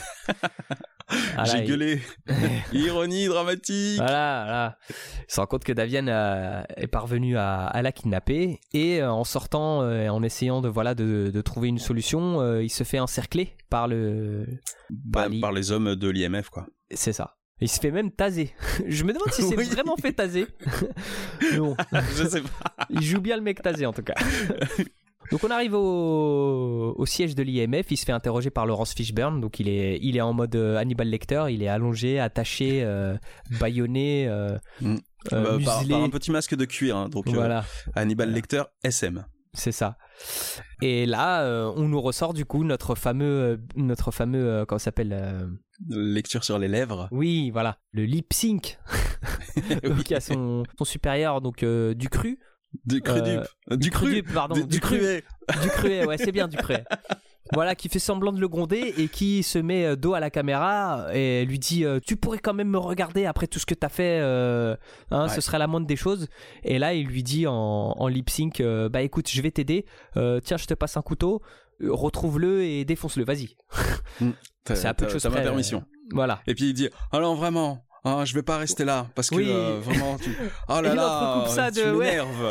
Voilà, J'ai il- gueulé. Ironie dramatique. Voilà, voilà. Il se rend compte que Davian euh, est parvenu à, à la kidnapper et euh, en sortant, euh, en essayant de voilà de, de trouver une solution, euh, il se fait encercler par le. Bah, par l'I- par les hommes de l'I M F, quoi. C'est ça. Il se fait même taser. Je me demande si c'est Oui. vraiment fait taser. Non. Je sais pas. Il joue bien le mec tasé en tout cas. Donc on arrive au, au siège de l'I M F, il se fait interroger par Laurence Fishburne, donc il est, il est en mode euh, Hannibal Lecter, il est allongé, attaché, euh, bâillonné, euh, Mm. euh, Bah, par, muselé. par un petit masque de cuir, hein, donc euh, Voilà, Hannibal Voilà. Lecter S M. c'est ça. Et là, euh, on nous ressort du coup notre fameux, euh, notre fameux, euh, comment ça s'appelle euh, Lecture sur les lèvres. Oui, voilà, le lip sync. Donc il y a son, son supérieur, donc euh, du cru. Du cru Euh, du, du cru. Dup, pardon, Du, du, du cru. cruet. Du cruet, ouais, c'est bien du cruet. Voilà, qui fait semblant de le gronder et qui se met euh, dos à la caméra et lui dit euh, tu pourrais quand même me regarder après tout ce que t'as fait, euh, hein, Ouais. ce serait la moindre des choses. Et là, il lui dit en, en lip sync euh, bah écoute, je vais t'aider. Euh, tiens, je te passe un couteau, euh, retrouve-le et défonce-le. Vas-y. T'as- C'est à peu de t'as- choses t'as ma près, permission. Voilà. Et puis il dit alors vraiment. Ah, je vais pas rester là parce que Oui. euh, vraiment tu... oh là Il là entrecoupe ça tu de- ouais. m'énerves.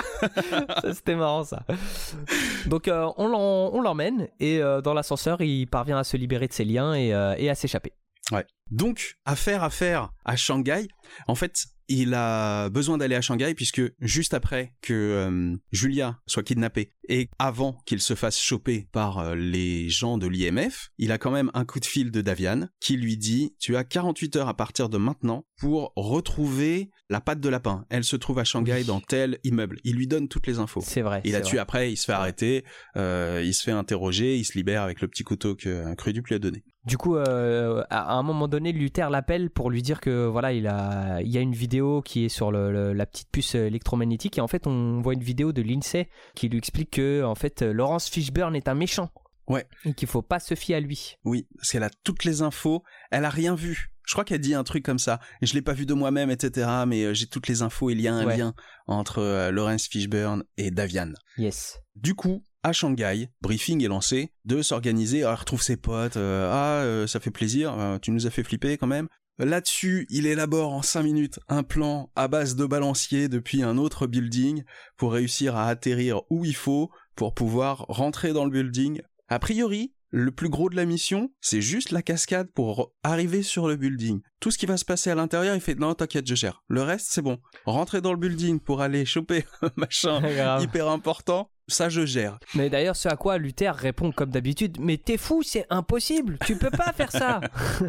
Ça, c'était marrant ça. Donc euh, on l'en- on l'emmène et euh, dans l'ascenseur, il parvient à se libérer de ses liens et, euh, et à s'échapper. Ouais. Donc, affaire à faire à Shanghai. En fait, il a besoin d'aller à Shanghai puisque juste après que euh, Julia soit kidnappée et avant qu'il se fasse choper par euh, les gens de l'I M F, il a quand même un coup de fil de Davian qui lui dit « Tu as quarante-huit heures à partir de maintenant pour retrouver la patte de lapin. Elle se trouve à Shanghai Oui. dans tel immeuble. » Il lui donne toutes les infos. C'est vrai. Et c'est là-dessus, vrai. après, il se fait arrêter, euh, il se fait interroger, il se libère avec le petit couteau que Crudup lui a donné. Du coup, euh, à un moment donné, Luther l'appelle pour lui dire que voilà, il a, il y a une vidéo qui est sur le, le- la petite puce électromagnétique et en fait, on voit une vidéo de l'INSEE qui lui explique que en fait, Laurence Fishburne est un méchant. Ouais. Et qu'il faut pas se fier à lui. Oui, parce qu'elle a toutes les infos, elle a rien vu. Je crois qu'elle dit un truc comme ça. Je l'ai pas vu de moi-même, et cetera. Mais euh, j'ai toutes les infos. Il y a un Ouais. lien entre euh, Laurence Fishburne et Davian. Yes. Du coup, à Shanghai, briefing est lancé de s'organiser. Ah, retrouve ses potes. euh, ah, euh, ça fait plaisir. euh, tu nous as fait flipper quand même. Là-dessus, il élabore en cinq minutes un plan à base de balancier depuis un autre building pour réussir à atterrir où il faut pour pouvoir rentrer dans le building. A priori, le plus gros de la mission, c'est juste la cascade pour arriver sur le building. Tout ce qui va se passer à l'intérieur, il fait « Non, t'inquiète, je gère. Le reste, c'est bon. Rentrer dans le building pour aller choper un machin Grave. hyper important, ça je gère. Mais d'ailleurs, ce à quoi Luther répond comme d'habitude, mais t'es fou, c'est impossible, tu peux pas faire ça.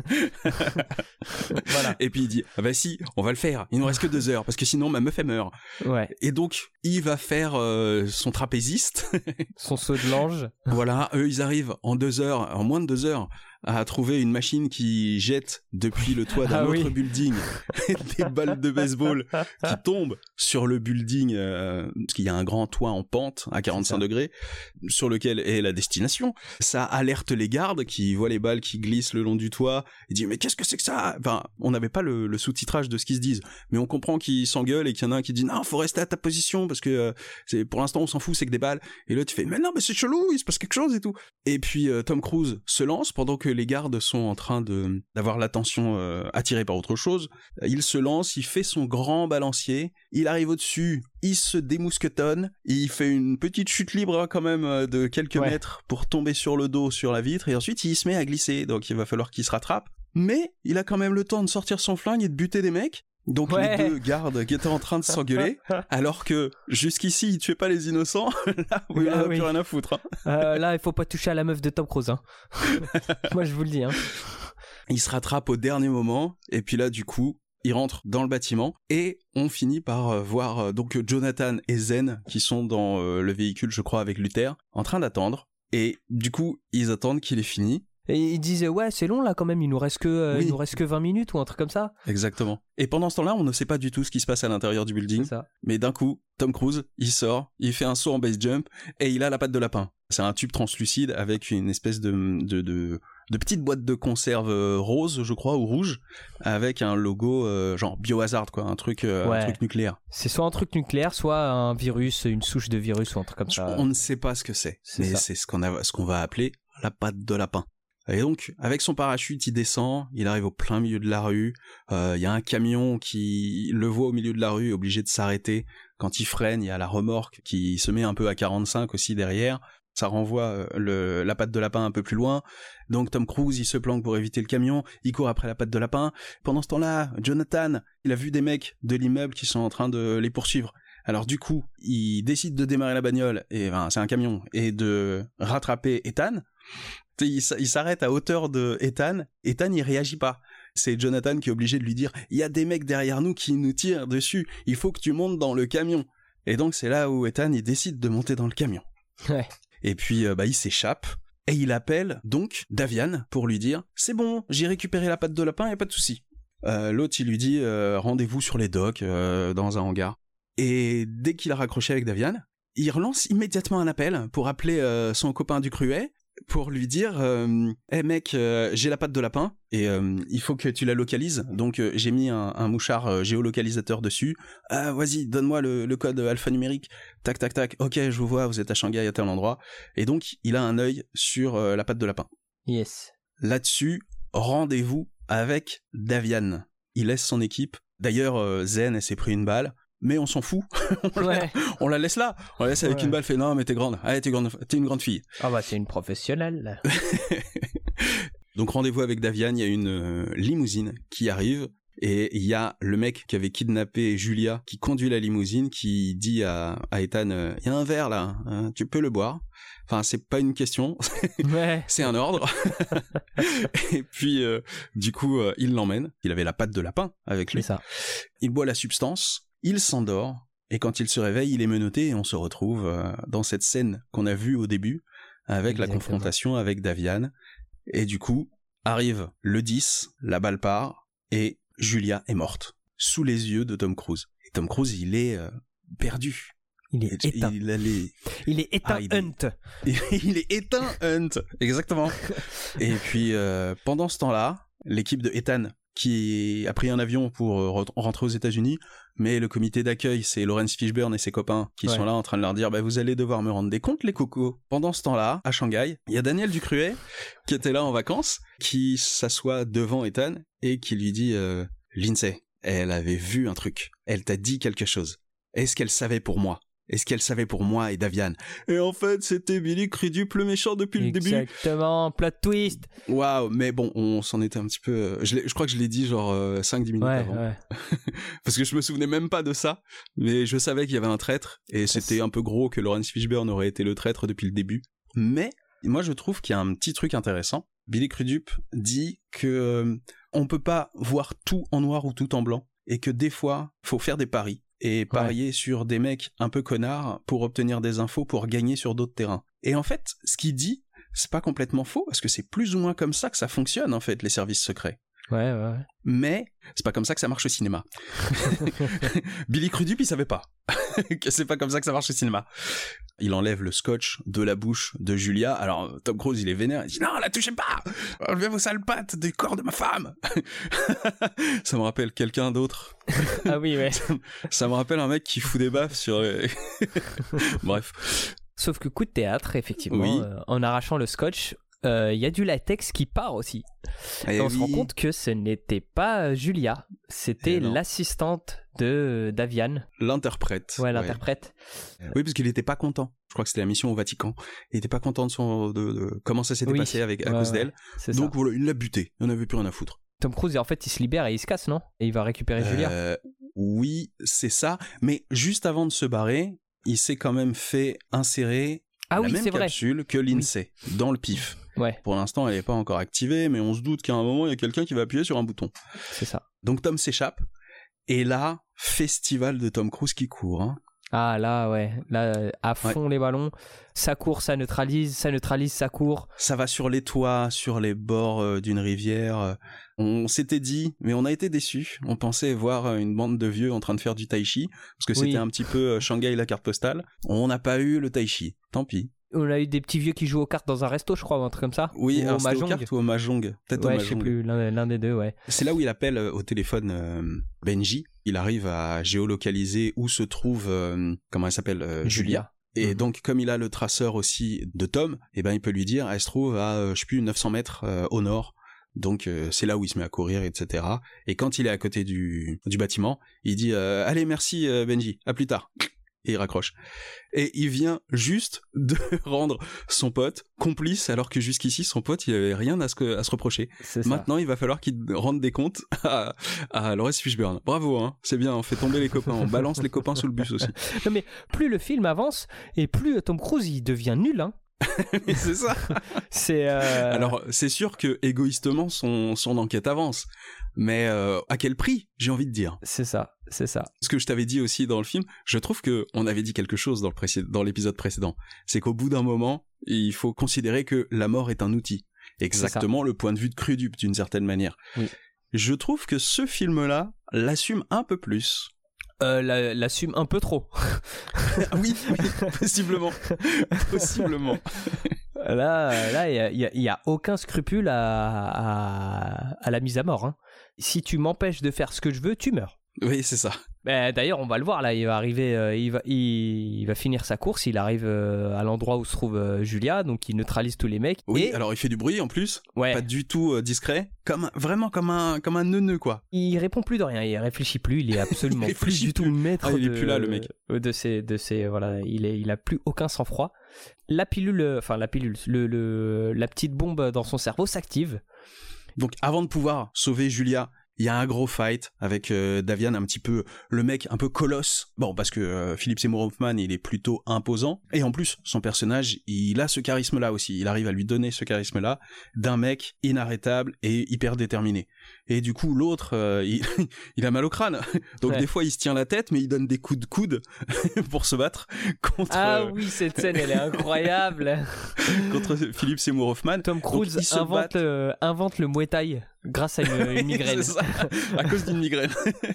Voilà. Et puis il dit, ah bah si, on va le faire, il nous reste que deux heures, parce que sinon ma meuf elle meurt. Ouais. Et donc, il va faire euh, son trapéziste. Son saut de l'ange. Voilà, eux ils arrivent en deux heures, en moins de deux heures, à trouver une machine qui jette depuis le toit d'un ah, autre oui. building des balles de baseball qui tombent sur le building, euh, parce qu'il y a un grand toit en pente à quarante-cinq degrés, sur lequel est la destination. Ça alerte les gardes qui voient les balles qui glissent le long du toit et disent mais qu'est-ce que c'est que ça? Enfin, on n'avait pas le, le sous-titrage de ce qu'ils se disent, mais on comprend qu'ils s'engueulent et qu'il y en a un qui dit non, faut rester à ta position parce que euh, c'est, pour l'instant on s'en fout, c'est que des balles. Et là tu fais mais non, mais c'est chelou, il se passe quelque chose et tout. Et puis euh, Tom Cruise se lance pendant que les gardes sont en train de d'avoir l'attention euh, attirée par autre chose. Il se lance, il fait son grand balancier, il arrive au-dessus, il se démousquetonne, il fait une petite chute libre quand même de quelques ouais. mètres pour tomber sur le dos sur la vitre et ensuite il se met à glisser, donc il va falloir qu'il se rattrape. Mais il a quand même le temps de sortir son flingue et de buter des mecs. Donc ouais. les deux gardes qui étaient en train de s'engueuler, alors que jusqu'ici ils tuaient pas les innocents, là où il a oui. plus rien à foutre. Hein. Euh, là il faut pas toucher à la meuf de Tom Cruise. Hein. Moi je vous le dis. Hein. Il se rattrape au dernier moment et puis là du coup il rentre dans le bâtiment et on finit par voir euh, donc Jonathan et Zen qui sont dans euh, le véhicule je crois avec Luther en train d'attendre et du coup ils attendent qu'il ait fini. Et ils disaient ouais c'est long là quand même, il nous reste que euh, oui. il nous reste que vingt minutes ou un truc comme ça. Exactement. Et pendant ce temps-là on ne sait pas du tout ce qui se passe à l'intérieur du building. C'est ça. Mais d'un coup Tom Cruise il sort, il fait un saut en base jump et il a la patte de lapin. C'est un tube translucide avec une espèce de de de, de petite boîte de conserve rose je crois ou rouge avec un logo euh, genre biohazard quoi, un truc euh, ouais. un truc nucléaire. C'est soit un truc nucléaire, soit un virus, une souche de virus ou un truc comme ça. On ne sait pas ce que c'est, c'est mais ça. C'est ce qu'on a ce qu'on va appeler la patte de lapin. Et donc, avec son parachute, il descend, il arrive au plein milieu de la rue, il euh, y a un camion qui le voit au milieu de la rue, obligé de s'arrêter. Quand il freine, il y a la remorque qui se met un peu à quarante-cinq aussi derrière. Ça renvoie le, la patte de lapin un peu plus loin. Donc Tom Cruise, il se planque pour éviter le camion, il court après la patte de lapin. Pendant ce temps-là, Jonathan, il a vu des mecs de l'immeuble qui sont en train de les poursuivre. Alors du coup, il décide de démarrer la bagnole, et enfin, c'est un camion, et de rattraper Ethan. Il s'arrête à hauteur de Ethan, Ethan il réagit pas. C'est Jonathan qui est obligé de lui dire « Il y a des mecs derrière nous qui nous tirent dessus, il faut que tu montes dans le camion ». Et donc c'est là où Ethan il décide de monter dans le camion. Ouais. Et puis bah, il s'échappe, et il appelle donc Davian pour lui dire « C'est bon, j'ai récupéré la patte de lapin, y a pas de souci ». Euh, l'autre il lui dit euh, « Rendez-vous sur les docks, euh, dans un hangar ». Et dès qu'il a raccroché avec Davian, il relance immédiatement un appel pour appeler euh, son copain du Cruet, pour lui dire euh, hey mec euh, j'ai la patte de lapin et euh, il faut que tu la localises, donc euh, j'ai mis un, un mouchard euh, géolocalisateur dessus. Ah vas-y donne-moi le, le code alphanumérique, tac tac tac, ok je vous vois, vous êtes à Shanghai à tel endroit. Et donc il a un œil sur euh, la patte de lapin. Yes. Là-dessus rendez-vous avec Davian, il laisse son équipe. D'ailleurs euh, Zen elle s'est pris une balle, mais on s'en fout. on, ouais. la, on la laisse là. On la laisse avec ouais. une balle, fait non, mais t'es grande. Allez, t'es, grande, t'es une grande fille. Ah bah, c'est une professionnelle. Donc, rendez-vous avec Davian, il y a une euh, limousine qui arrive, et il y a le mec qui avait kidnappé Julia, qui conduit la limousine, qui dit à, à Ethan, il euh, y a un verre là, hein, tu peux le boire. Enfin, c'est pas une question, ouais. c'est un ordre. Et puis, euh, du coup, euh, il l'emmène. Il avait la patte de lapin avec lui. C'est ça. Il boit la substance. Il s'endort, et quand il se réveille, il est menotté, et on se retrouve euh, dans cette scène qu'on a vue au début, avec Exactement. La confrontation avec Davian. Et du coup, arrive le dix, la balle part, et Julia est morte, sous les yeux de Tom Cruise. Et Tom Cruise, il est euh, perdu. Il est et, éteint. Il, les... il est éteint, ah, il Hunt. Est... il est éteint, Hunt. Exactement. Et puis, euh, pendant ce temps-là, l'équipe de Ethan, qui a pris un avion pour rentrer aux États-Unis, mais le comité d'accueil, c'est Lawrence Fishburne et ses copains qui ouais. sont là en train de leur dire bah, vous allez devoir me rendre des comptes les cocos. Pendant ce temps-là, à Shanghai, il y a Daniel Ducruet qui était là en vacances, qui s'assoit devant Ethan et qui lui dit euh, Lindsay, elle avait vu un truc, elle t'a dit quelque chose. Est-ce qu'elle savait pour moi? Et ce qu'elle savait pour moi et Davian. Et en fait, c'était Billy Crudup le méchant depuis le début. Exactement, plot twist. Waouh, mais bon, on s'en était un petit peu... Je, je crois que je l'ai dit genre euh, cinq dix minutes ouais, avant. Ouais. Parce que je me souvenais même pas de ça, mais je savais qu'il y avait un traître, et c'était un peu gros que Laurence Fishburne aurait été le traître depuis le début. Mais moi, je trouve qu'il y a un petit truc intéressant. Billy Crudup dit que euh, on peut pas voir tout en noir ou tout en blanc, et que des fois, faut faire des paris. Et parier ouais. sur des mecs un peu connards pour obtenir des infos pour gagner sur d'autres terrains. Et en fait, ce qu'il dit, c'est pas complètement faux, parce que c'est plus ou moins comme ça que ça fonctionne, en fait, les services secrets. Ouais, ouais. Mais c'est pas comme ça que ça marche au cinéma. Billy Crudup, il savait pas que c'est pas comme ça que ça marche au cinéma. Il enlève le scotch de la bouche de Julia. Alors Tom Cruise, il est vénère. Il dit non, la touchez pas. Enlevez vos sales pattes du corps de ma femme. Ça me rappelle quelqu'un d'autre. Ah oui, ouais. ça, ça me rappelle un mec qui fout des baffes sur. Bref. Sauf que coup de théâtre, effectivement, oui. euh, en arrachant le scotch. Il euh, y a du latex qui part aussi. Et, et on oui. se rend compte que ce n'était pas Julia, c'était l'assistante de Davian. L'interprète. Ouais, l'interprète. Ouais. Oui, parce qu'il n'était pas content. Je crois que c'était la mission au Vatican. Il n'était pas content de, son, de, de comment ça s'était oui. passé avec, à ouais, cause ouais. d'elle. C'est Donc ça. Voilà, il l'a buté. Il n'en avait plus rien à foutre. Tom Cruise, en fait, il se libère et il se casse, non? Et il va récupérer euh, Julia. Oui, c'est ça. Mais juste avant de se barrer, il s'est quand même fait insérer ah la oui, même c'est capsule vrai. que Lindsay oui. dans le pif. Ouais. Pour l'instant, elle n'est pas encore activée, mais on se doute qu'à un moment, il y a quelqu'un qui va appuyer sur un bouton. C'est ça. Donc Tom s'échappe, et là, festival de Tom Cruise qui court. Hein. Ah là, ouais, là, à fond ouais. les ballons. Ça court, ça neutralise, ça neutralise, ça court. Ça va sur les toits, sur les bords euh, d'une rivière. On s'était dit, mais on a été déçus. On pensait voir une bande de vieux en train de faire du tai chi, parce que c'était oui. un petit peu euh, Shanghai la carte postale. On n'a pas eu le tai chi, tant pis. On a eu des petits vieux qui jouent aux cartes dans un resto, je crois, ou un truc comme ça. Oui, ou alors c'était aux cartes ou au mahjong. Peut-être ouais, au mahjong. je sais plus, l'un, l'un des deux, ouais. C'est là où il appelle au téléphone euh, Benji. Il arrive à géolocaliser où se trouve, euh, comment elle s'appelle, euh, Julia. Et mmh. donc, comme il a le traceur aussi de Tom, eh ben, il peut lui dire, elle se trouve à, euh, je sais plus, neuf cents mètres euh, au nord. Donc, euh, c'est là où il se met à courir, et cetera. Et quand il est à côté du, du bâtiment, il dit, euh, allez, merci euh, Benji, à plus tard. Et il raccroche. Et il vient juste de rendre son pote complice, alors que jusqu'ici, son pote, il avait rien à se, à se reprocher. Maintenant, il va falloir qu'il rende des comptes à, à Laurence Fishburne. Bravo, hein. C'est bien, on fait tomber les copains, on balance les copains sous le bus aussi. Non mais, plus le film avance, et plus Tom Cruise, il devient nul, hein. C'est ça. C'est euh... Alors, c'est sûr que égoïstement, son, son enquête avance. Mais euh, à quel prix, j'ai envie de dire. C'est ça, c'est ça. Ce que je t'avais dit aussi dans le film, je trouve que on avait dit quelque chose dans, le précé- dans l'épisode précédent. C'est qu'au bout d'un moment, il faut considérer que la mort est un outil. Exactement le point de vue de Crudup, d'une certaine manière. Oui. Je trouve que ce film-là l'assume un peu plus. Euh, la, l'assume un peu trop. oui, oui, possiblement. possiblement. Là, là, il y a, y a aucun scrupule à, à, à la mise à mort. Hein. Si tu m'empêches de faire ce que je veux, tu meurs. Oui, c'est ça. Bah, d'ailleurs, on va le voir là. Il va arriver, euh, il va, il, il va finir sa course. Il arrive euh, à l'endroit où se trouve euh, Julia, donc il neutralise tous les mecs. Oui. Et... alors il fait du bruit en plus. Ouais. Pas du tout euh, discret. Comme vraiment comme un comme un neuneu quoi. Il répond plus de rien. Il réfléchit plus. Il est absolument il plus du tout maître. Ah, il de, est plus là le mec. De ses de ses voilà. Il est il a plus aucun sang-froid. La pilule, enfin la pilule, le, le la petite bombe dans son cerveau s'active. Donc avant de pouvoir sauver Julia, il y a un gros fight avec euh, Davian, un petit peu le mec un peu colosse. Bon, parce que euh, Philip Seymour Hoffman, il est plutôt imposant. Et en plus, son personnage, il a ce charisme-là aussi. Il arrive à lui donner ce charisme-là d'un mec inarrêtable et hyper déterminé. Et du coup, l'autre, euh, il, il a mal au crâne. Donc ouais. Des fois, il se tient la tête, mais il donne des coups de coude pour se battre contre... Ah euh... oui, cette scène, elle est incroyable. Contre Philip Seymour Hoffman. Tom Cruise invente, le, invente le Muay Thai grâce à une, une migraine. C'est ça, à cause d'une migraine.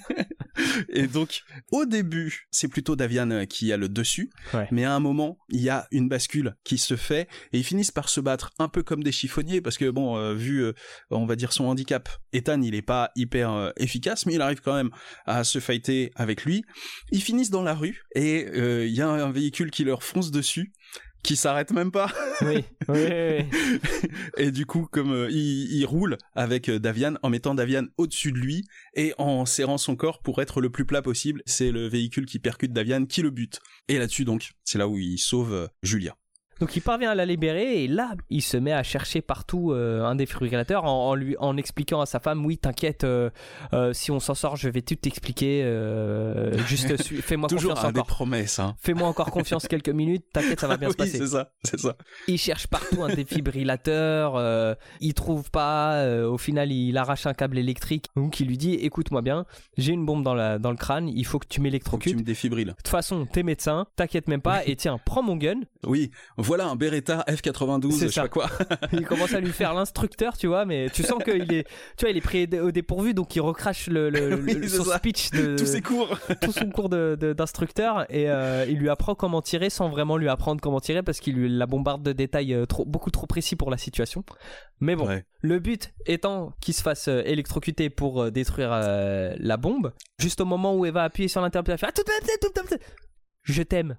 Et donc, au début, c'est plutôt Davian qui a le dessus, ouais. Mais à un moment, il y a une bascule qui se fait, et ils finissent par se battre un peu comme des chiffonniers, parce que bon, euh, vu, euh, on va dire son handicap, Ethan, il est pas hyper euh, efficace, mais il arrive quand même à se fighter avec lui. Ils finissent dans la rue, et il euh, y a un véhicule qui leur fonce dessus, qui s'arrête même pas. Oui, oui, oui. Et du coup, comme euh, il, il roule avec euh, Davian, en mettant Davian au-dessus de lui et en serrant son corps pour être le plus plat possible, c'est le véhicule qui percute Davian qui le bute. Et là-dessus, donc, c'est là où il sauve euh, Julia. Donc il parvient à la libérer et là il se met à chercher partout euh, un défibrillateur en, en lui en expliquant à sa femme oui t'inquiète euh, euh, si on s'en sort je vais tout t'expliquer euh, juste su- fais-moi Toujours confiance à encore des promesses hein. Fais-moi encore confiance quelques minutes t'inquiète ça va bien oui, se passer. c'est ça c'est ça. Il cherche partout un défibrillateur euh, il trouve pas euh, au final il arrache un câble électrique donc il lui dit écoute-moi bien j'ai une bombe dans la dans le crâne il faut que tu m'électrocutes. Tu me défibrilles. De toute façon t'es médecin t'inquiète même pas et tiens prends mon gun. Oui voilà un Beretta F quatre-vingt-douze c'est je sais pas quoi. Il commence à lui faire l'instructeur tu vois mais tu sens qu'il est tu vois il est pris au dépourvu donc il recrache le, le, oui, le son ça. speech de tous ses cours tout son cours de, de, d'instructeur et euh, il lui apprend comment tirer sans vraiment lui apprendre comment tirer parce qu'il lui la bombarde de détails euh, trop, beaucoup trop précis pour la situation mais bon ouais. Le but étant qu'il se fasse euh, électrocuter pour euh, détruire euh, la bombe juste au moment où elle va appuyer sur l'interrupteur elle fait ah, je t'aime.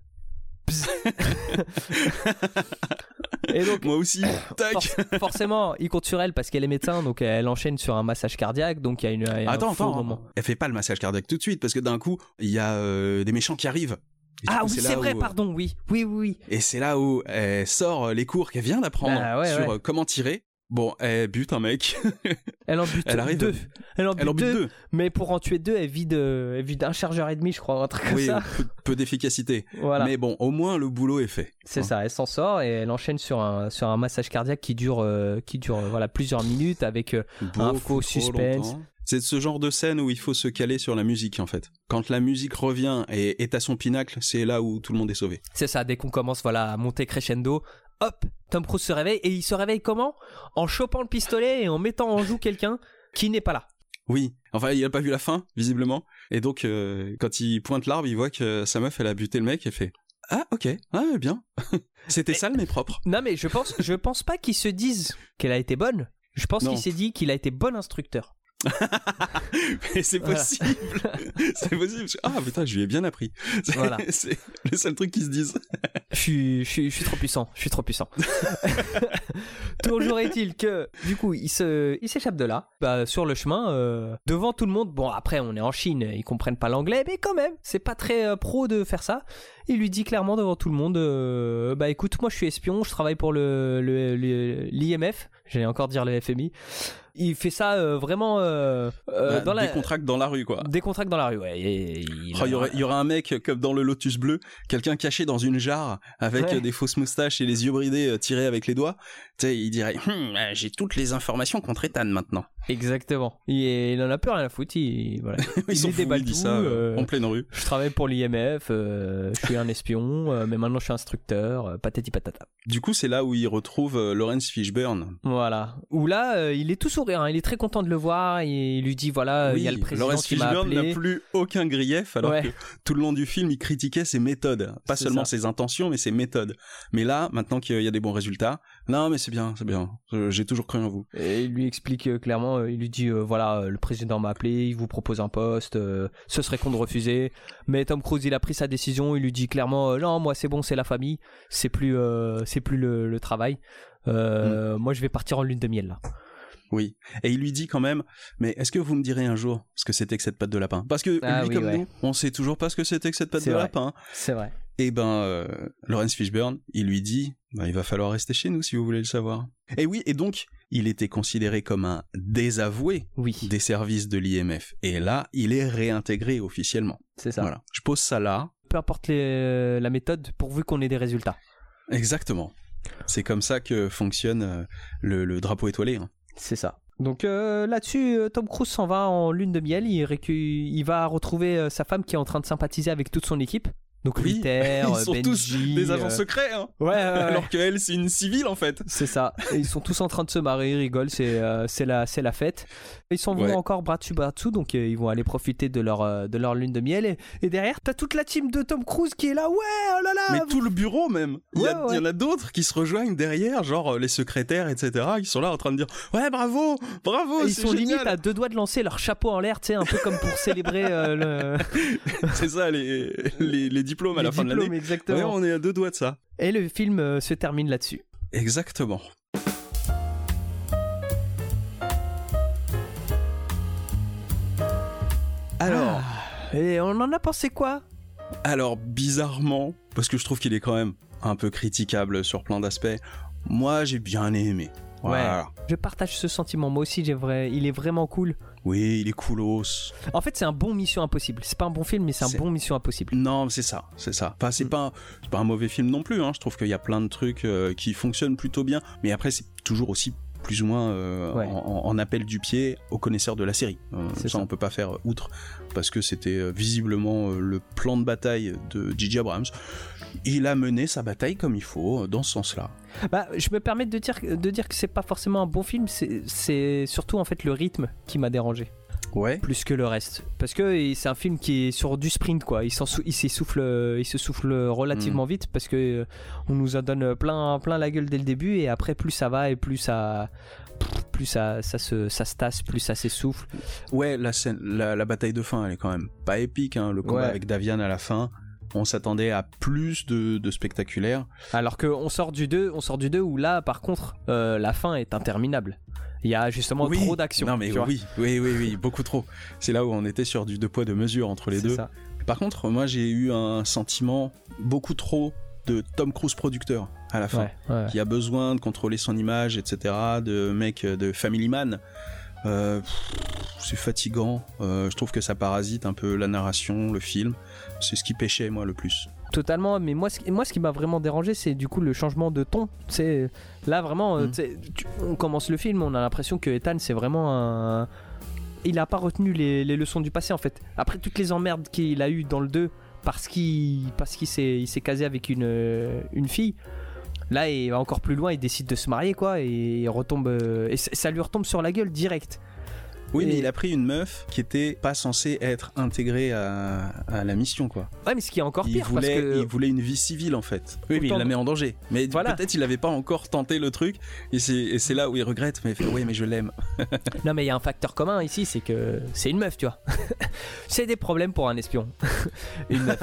Et donc, moi aussi for- forcément il compte sur elle parce qu'elle est médecin donc elle enchaîne sur un massage cardiaque donc il y a, une, il y a attends, un faux attends, moment. Elle fait pas le massage cardiaque tout de suite parce que d'un coup il y a euh, des méchants qui arrivent. Ah coup, oui c'est, c'est vrai où... pardon oui oui oui oui et c'est là où elle sort les cours qu'elle vient d'apprendre bah, ouais, sur ouais. comment tirer. Bon, elle bute un mec. Elle en bute elle arrive deux. À... Elle en bute, elle en bute deux, deux. Mais pour en tuer deux, elle vide, euh, elle vide un chargeur et demi, je crois, un truc comme oui, ça. Peu, peu d'efficacité. Voilà. Mais bon, au moins le boulot est fait. C'est hein. ça. Elle s'en sort et elle enchaîne sur un sur un massage cardiaque qui dure euh, qui dure euh, voilà plusieurs minutes avec euh, un faux suspense. Longtemps. C'est ce genre de scène où il faut se caler sur la musique en fait. Quand la musique revient et est à son pinacle, c'est là où tout le monde est sauvé. C'est ça. Dès qu'on commence voilà à monter crescendo. Hop, Tom Cruise se réveille et il se réveille comment ? En chopant le pistolet et en mettant en joue quelqu'un qui n'est pas là. Oui, enfin il a pas vu la fin visiblement et donc euh, quand il pointe l'arbre, il voit que sa meuf elle a buté le mec et fait ah ok, ah bien, c'était mais, sale mais propre. Non mais je pense, je pense pas qu'ils se disent qu'elle a été bonne. Je pense non. qu'il s'est dit qu'il a été bon instructeur. Mais c'est possible. Voilà. C'est possible. Ah putain, je lui ai bien appris. C'est, voilà. c'est le seul truc qu'ils se disent. Je suis, je suis, je suis trop puissant. Je suis trop puissant. Toujours est-il que du coup, il se, il s'échappe de là. Bah, sur le chemin, euh, devant tout le monde. Bon, après, on est en Chine, ils comprennent pas l'anglais, mais quand même, c'est pas très euh, pro de faire ça. Il lui dit clairement devant tout le monde, euh, bah écoute, moi je suis espion, je travaille pour le, le, le l'I M F. J'allais encore dire le F M I. Il fait ça euh, vraiment euh, euh, bah, dans la... décontracte dans la rue quoi. Décontracte dans la rue ouais. Et, et, il, oh, y aurait, il y aurait un mec comme dans le Lotus bleu, quelqu'un caché dans une jarre avec ouais. des fausses moustaches et les yeux bridés euh, tirés avec les doigts. Tu sais, il dirait hm, j'ai toutes les informations contre Ethan maintenant. Exactement. Il, il en a plus rien à foutre. Il, voilà. il s'en fout, il dit ça euh, en pleine rue. Je travaille pour l'I M F, euh, je suis un espion, euh, mais maintenant je suis instructeur, euh, patati patata. Du coup, c'est là où il retrouve euh, Laurence Fishburne. Voilà. Où là, euh, il est tout sourire, hein. Il est très content de le voir. Et il lui dit voilà, il oui, y a le président Laurence qui m'a appelé. Fishburne n'a plus aucun grief, alors ouais. que tout le long du film, il critiquait ses méthodes, pas c'est seulement ça. Ses intentions, mais ses méthodes. Mais là, maintenant qu'il y a des bons résultats, non, mais c'est bien, c'est bien. J'ai toujours cru en vous. Et il lui explique euh, clairement, euh, il lui dit euh, voilà, euh, le président m'a appelé, il vous propose un poste, euh, ce serait con de refuser. Mais Tom Cruise, il a pris sa décision, il lui dit clairement euh, non, moi c'est bon, c'est la famille, c'est plus, euh, c'est plus le, le travail. Euh, mm. Moi, je vais partir en lune de miel là. Oui, et il lui dit quand même, mais est-ce que vous me direz un jour ce que c'était que cette patte de lapin ? Parce que ah, lui oui, comme ouais. nous, on sait toujours pas ce que c'était que cette patte c'est de vrai. lapin. C'est vrai. Et ben, euh, Laurence Fishburne, il lui dit, bah, il va falloir rester chez nous si vous voulez le savoir. Et oui, et donc, il était considéré comme un désavoué oui. des services de l'I M F. Et là, il est réintégré officiellement. C'est ça. Voilà. Je pose ça là. Peu importe les, la méthode, pourvu qu'on ait des résultats. Exactement. C'est comme ça que fonctionne euh, le, le drapeau étoilé. Hein. C'est ça. Donc euh, là-dessus, euh, Tom Cruise s'en va en lune de miel. Il, récu... il va retrouver euh, sa femme qui est en train de sympathiser avec toute son équipe. Donc oui, Luther, ils sont Benji, tous des agents secrets, hein. Ouais, ouais, ouais. Alors qu'elle, c'est une civile en fait. C'est ça. Et ils sont tous en train de se marrer, ils rigolent, c'est euh, c'est la c'est la fête. Ils s'en vont ouais. encore bras dessus bras dessous, donc euh, ils vont aller profiter de leur euh, de leur lune de miel. Et, et derrière, t'as toute la team de Tom Cruise qui est là, ouais, oh là là. Mais vous... tout le bureau même. Il y, ouais, a, ouais. il y en a d'autres qui se rejoignent derrière, genre les secrétaires, et cetera, qui sont là en train de dire, ouais, bravo, bravo. Et ils c'est sont génial. Limite à deux doigts de lancer leur chapeau en l'air, tu sais, un peu comme pour célébrer euh, le. C'est ça, les les, les diplôme à les la fin de diplômes, l'année. Exactement. Ouais, on est à deux doigts de ça. Et le film euh, se termine là-dessus. Exactement. Alors, ah, et on en a pensé quoi? Alors, bizarrement, parce que je trouve qu'il est quand même un peu critiquable sur plein d'aspects, moi j'ai bien aimé. Voilà. Ouais, je partage ce sentiment. Moi aussi, j'ai vrai... il est vraiment cool. Oui, il est coolos. En fait, c'est un bon Mission Impossible. C'est pas un bon film, mais c'est un c'est... bon Mission Impossible. Non, c'est ça, c'est ça. Enfin, c'est, mm. pas, un... c'est pas un mauvais film non plus. Hein. Je trouve qu'il y a plein de trucs euh, qui fonctionnent plutôt bien. Mais après, c'est toujours aussi plus ou moins euh, ouais. en, en appel du pied aux connaisseurs de la série. Euh, ça, ça, on peut pas faire outre, parce que c'était euh, visiblement euh, le plan de bataille de J J Abrams. Il a mené sa bataille comme il faut, dans ce sens-là. Bah, je me permets de dire, de dire que c'est pas forcément un bon film, c'est, c'est surtout en fait le rythme qui m'a dérangé. Ouais. Plus que le reste. Parce que c'est un film qui est sur du sprint, quoi. Il, sou- il, s'essouffle, il se souffle relativement mmh. vite, parce que euh, on nous en donne plein, plein la gueule dès le début, et après plus ça va et plus ça... plus ça, ça, se, ça se tasse, plus ça s'essouffle. Ouais, la, scène, la, la bataille de fin, elle est quand même pas épique, hein. Le combat ouais. avec Davian à la fin... On s'attendait à plus de, de spectaculaire. Alors qu'on sort du deux, on sort du deux où là, par contre, euh, la fin est interminable. Il y a justement oui. trop d'action. Non mais oui, oui, oui, oui, beaucoup trop. C'est là où on était sur du deux poids deux mesures entre les C'est deux. Ça. Par contre, moi j'ai eu un sentiment beaucoup trop de Tom Cruise producteur à la fin, ouais, ouais. qui a besoin de contrôler son image, et cetera, de mec de family man. Euh, c'est fatigant, euh, je trouve que ça parasite un peu la narration, le film, c'est ce qui pêchait moi le plus. Totalement, mais moi ce, moi, ce qui m'a vraiment dérangé, c'est du coup le changement de ton. C'est, là vraiment, mmh. tu, on commence le film, on a l'impression que Ethan c'est vraiment un... Il n'a pas retenu les, les leçons du passé en fait. Après toutes les emmerdes qu'il a eues dans le deux, parce qu'il, parce qu'il s'est, il s'est casé avec une, une fille, là il va encore plus loin, il décide de se marier quoi, et il retombe, et ça lui retombe sur la gueule direct. Oui, et... mais il a pris une meuf qui était pas censée être intégrée à, à la mission, quoi. Ouais, mais ce qui est encore pire, il voulait, parce que... il voulait une vie civile, en fait. Oui, mais il la met en danger. Mais voilà. Peut-être il avait pas encore tenté le truc, et c'est, et c'est là où il regrette, mais il fait, oui, mais je l'aime. Non, mais il y a un facteur commun ici, c'est que c'est une meuf, tu vois. C'est des problèmes pour un espion. Une meuf.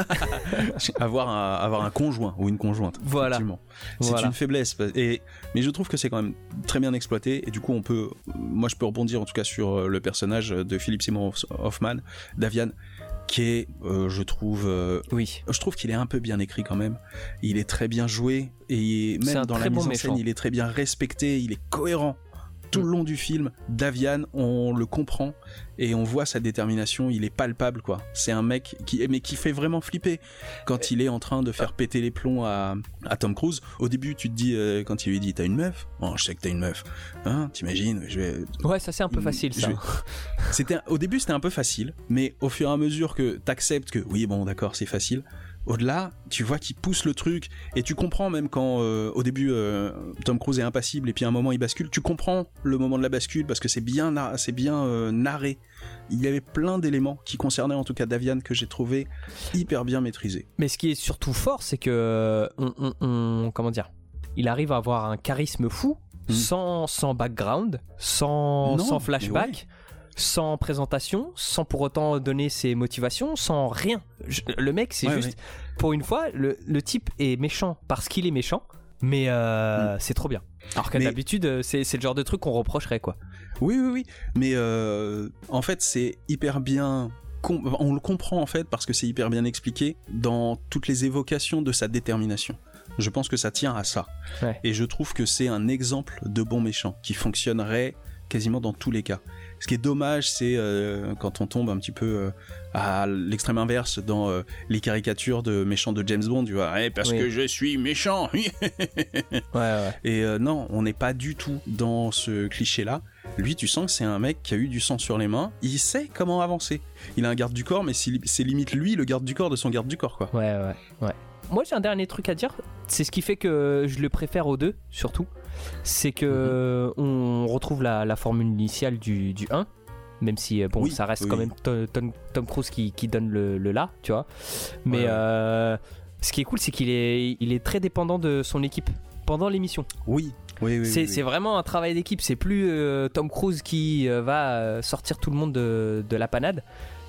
avoir, un, avoir un conjoint, ou une conjointe, voilà. Effectivement. C'est voilà. Une faiblesse. Et, mais je trouve que c'est quand même très bien exploité, et du coup, on peut... Moi, je peux rebondir, en tout cas, sur le personnage de Philip Seymour Hoffman, Davian, qui est, euh, je trouve, euh, oui. je trouve qu'il est un peu bien écrit quand même. Il est très bien joué et même dans la mise en scène, il est très bien respecté. Il est cohérent tout le long du film. Davian, on le comprend et on voit sa détermination. Il est palpable, quoi. C'est un mec qui, mais qui fait vraiment flipper quand il est en train de faire péter les plombs à, à Tom Cruise. Au début, tu te dis euh, quand il lui dit t'as une meuf, bon, je sais que t'as une meuf, hein, t'imagines, je vais. Ouais, ça c'est un peu facile, ça. Vais... C'était au début, c'était un peu facile, mais au fur et à mesure que t'acceptes que oui, bon, d'accord, c'est facile. Au-delà, tu vois qu'il pousse le truc et tu comprends même quand euh, au début euh, Tom Cruise est impassible et puis à un moment il bascule, tu comprends le moment de la bascule parce que c'est bien, c'est bien euh, narré. Il y avait plein d'éléments qui concernaient en tout cas Davian que j'ai trouvé hyper bien maîtrisé. Mais ce qui est surtout fort, c'est que on, on, on comment dire, il arrive à avoir un charisme fou mmh. sans, sans background, sans, non, sans flashback. Sans présentation, sans pour autant donner ses motivations, sans rien. Je, le mec, c'est ouais, juste... Ouais. Pour une fois, le, le type est méchant parce qu'il est méchant, mais euh, mm. c'est trop bien. Alors qu'à mais... d'habitude, c'est, c'est le genre de truc qu'on reprocherait, quoi. Oui, oui, oui. Mais euh, en fait, c'est hyper bien... On le comprend, en fait, parce que c'est hyper bien expliqué dans toutes les évocations de sa détermination. Je pense que ça tient à ça. Ouais. Et je trouve que c'est un exemple de bon méchant qui fonctionnerait quasiment dans tous les cas. Ce qui est dommage, c'est euh, quand on tombe un petit peu euh, à l'extrême inverse dans euh, les caricatures de méchants de James Bond, tu vois, hey, parce oui. que je suis méchant. ouais, ouais. Et euh, non, on n'est pas du tout dans ce cliché-là. Lui, tu sens que c'est un mec qui a eu du sang sur les mains. Il sait comment avancer. Il a un garde du corps, mais c'est limite lui le garde du corps de son garde du corps, quoi. Ouais, ouais, ouais. Moi, j'ai un dernier truc à dire. C'est ce qui fait que je le préfère aux deux, surtout. C'est que mm-hmm. on retrouve la, la formule initiale du, du un, même si bon, oui, ça reste oui. quand même Tom, Tom, Tom Cruise qui, qui donne le, le là, tu vois. Mais ouais, ouais. Euh, ce qui est cool, c'est qu'il est, il est très dépendant de son équipe pendant l'émission. Oui. Oui, oui, c'est, oui, oui. c'est vraiment un travail d'équipe. C'est plus euh, Tom Cruise qui euh, va sortir tout le monde de, de la panade.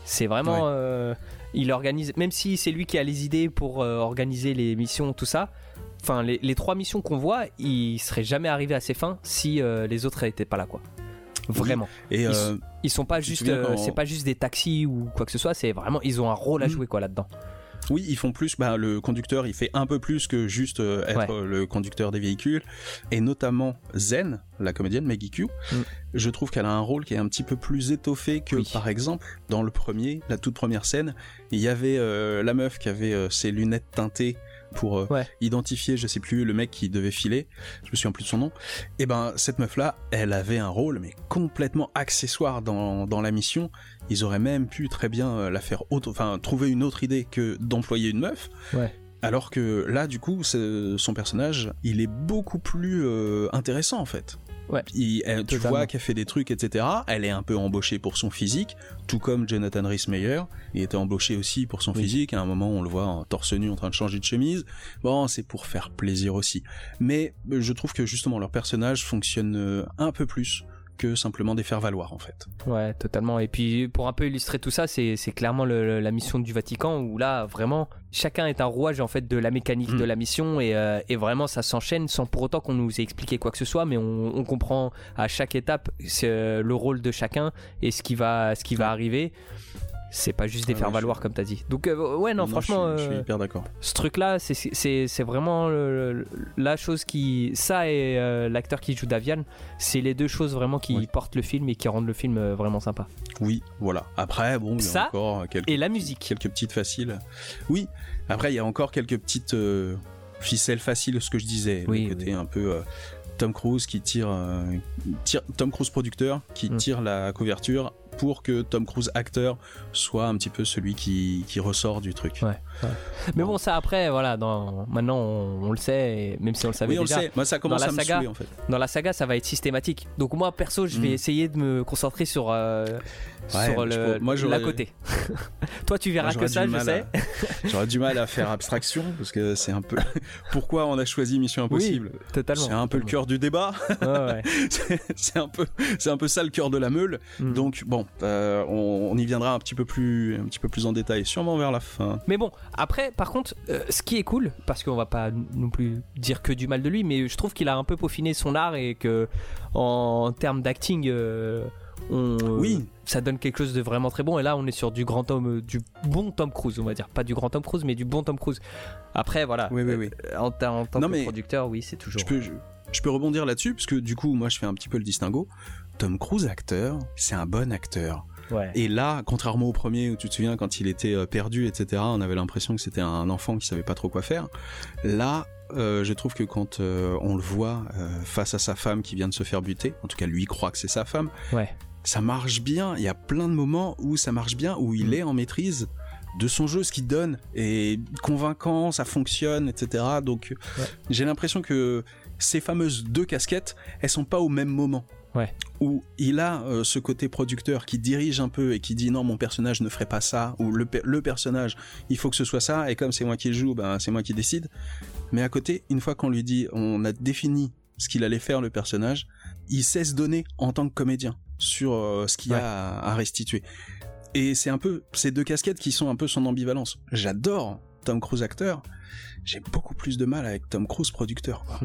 C'est vraiment... Ouais. Euh, il organise... Même si c'est lui qui a les idées pour euh, organiser les missions, tout ça, enfin, les, les trois missions qu'on voit, ils seraient jamais arrivés à ses fins si euh, les autres n'étaient pas là, quoi. Vraiment. Oui. Et ils, euh, ils sont pas juste... Euh, quand... C'est pas juste des taxis ou quoi que ce soit, c'est vraiment... Ils ont un rôle à jouer, quoi, là-dedans. Oui, ils font plus, bah, le conducteur il fait un peu plus que juste euh, être ouais. le conducteur des véhicules, et notamment Zen, la comédienne Maggie Q, mm. je trouve qu'elle a un rôle qui est un petit peu plus étoffé que oui. par exemple dans le premier, la toute première scène, il y avait euh, la meuf qui avait euh, ses lunettes teintées pour euh, ouais. identifier, je sais plus, le mec qui devait filer, je me souviens plus de son nom, et ben cette meuf là, elle avait un rôle mais complètement accessoire dans, dans la mission. Ils auraient même pu très bien la faire autre, enfin trouver une autre idée que d'employer une meuf. Ouais. Alors que là, du coup, son personnage, il est beaucoup plus euh, intéressant en fait. Ouais. Il, elle, tu vois qu'elle fait des trucs, et cetera. Elle est un peu embauchée pour son physique, tout comme Jonathan Rhys-Meyer. Il était embauché aussi pour son oui. physique. À un moment, on le voit en torse nu en train de changer de chemise. Bon, c'est pour faire plaisir aussi. Mais je trouve que justement leur personnage fonctionne un peu plus que simplement des faire-valoir en fait. Ouais, totalement. Et puis pour un peu illustrer tout ça, c'est, c'est clairement le, la mission du Vatican où là vraiment chacun est un rouage en fait de la mécanique mmh. de la mission et, euh, et vraiment ça s'enchaîne sans pour autant qu'on nous ait expliqué quoi que ce soit, mais on, on comprend à chaque étape c'est le rôle de chacun et ce qui va, ce qui va arriver. C'est pas juste des ah faire valoir ouais, comme t'as dit. Donc euh, ouais non, non franchement je suis, euh, je suis hyper d'accord. Ce truc là c'est, c'est, c'est vraiment le, le, la chose qui ça et euh, l'acteur qui joue Davian, c'est les deux choses vraiment qui ouais. portent le film et qui rendent le film euh, vraiment sympa. Oui voilà. Après bon il y a ça, encore quelques et la musique, quelques petites faciles. Oui après il y a encore quelques petites euh, ficelles faciles, ce que je disais, oui, le côté oui. un peu euh, Tom Cruise qui tire, euh, tire Tom Cruise producteur qui mm. tire la couverture pour que Tom Cruise acteur soit un petit peu celui qui, qui ressort du truc. Ouais, ouais. Mais bon, ça après, voilà, dans, maintenant on, on le sait, et même si on le savait oui, déjà. Oui, on le sait. Moi, ça commence à me saouler en fait. Dans la saga, ça va être systématique. Donc moi, perso, je vais mmh. essayer de me concentrer sur, euh, ouais, sur le, moi, l'à côté. Toi, tu verras moi, que ça, je sais. À, j'aurais du mal à faire abstraction parce que c'est un peu. Pourquoi on a choisi Mission Impossible ? Oui, totalement. C'est un peu totalement. le cœur du débat. Ouais, ouais. c'est, c'est un peu, c'est un peu ça le cœur de la meule. Mmh. Donc bon. Euh, on, on y viendra un petit peu plus un petit peu plus en détail sûrement vers la fin. Mais bon après par contre euh, ce qui est cool parce qu'on va pas non plus dire que du mal de lui, mais je trouve qu'il a un peu peaufiné son art et que en, en termes d'acting euh, on, oui euh, ça donne quelque chose de vraiment très bon et là on est sur du grand Tom du bon Tom Cruise on va dire, pas du grand Tom Cruise mais du bon Tom Cruise. Après voilà oui, oui, oui. Euh, en, en tant non, que producteur oui c'est toujours je peux, je, je peux rebondir là-dessus parce que du coup moi je fais un petit peu le distinguo. Tom Cruise acteur c'est un bon acteur. Ouais. Et là, contrairement au premier où tu te souviens quand il était euh, perdu, et cetera, on avait l'impression que c'était un enfant qui savait pas trop quoi faire. Là, euh, je trouve que quand euh, on le voit euh, face à sa femme qui vient de se faire buter, en tout cas lui croit que c'est sa femme, ouais. ça marche bien. Il y a plein de moments où ça marche bien, où il mmh. est en maîtrise de son jeu, ce qu'il donne est convaincant, ça fonctionne, et cetera. Donc ouais. j'ai l'impression que ces fameuses deux casquettes, elles sont pas au même moment. Ouais. Où il a euh, ce côté producteur qui dirige un peu et qui dit non mon personnage ne ferait pas ça ou le, le personnage il faut que ce soit ça et comme c'est moi qui le joue ben c'est moi qui décide. Mais à côté une fois qu'on lui dit on a défini ce qu'il allait faire le personnage, il sait se donner en tant que comédien sur euh, ce qu'il y a ouais. à, à restituer. Et c'est un peu ces deux casquettes qui sont un peu son ambivalence. J'adore Tom Cruise acteur, j'ai beaucoup plus de mal avec Tom Cruise producteur quoi.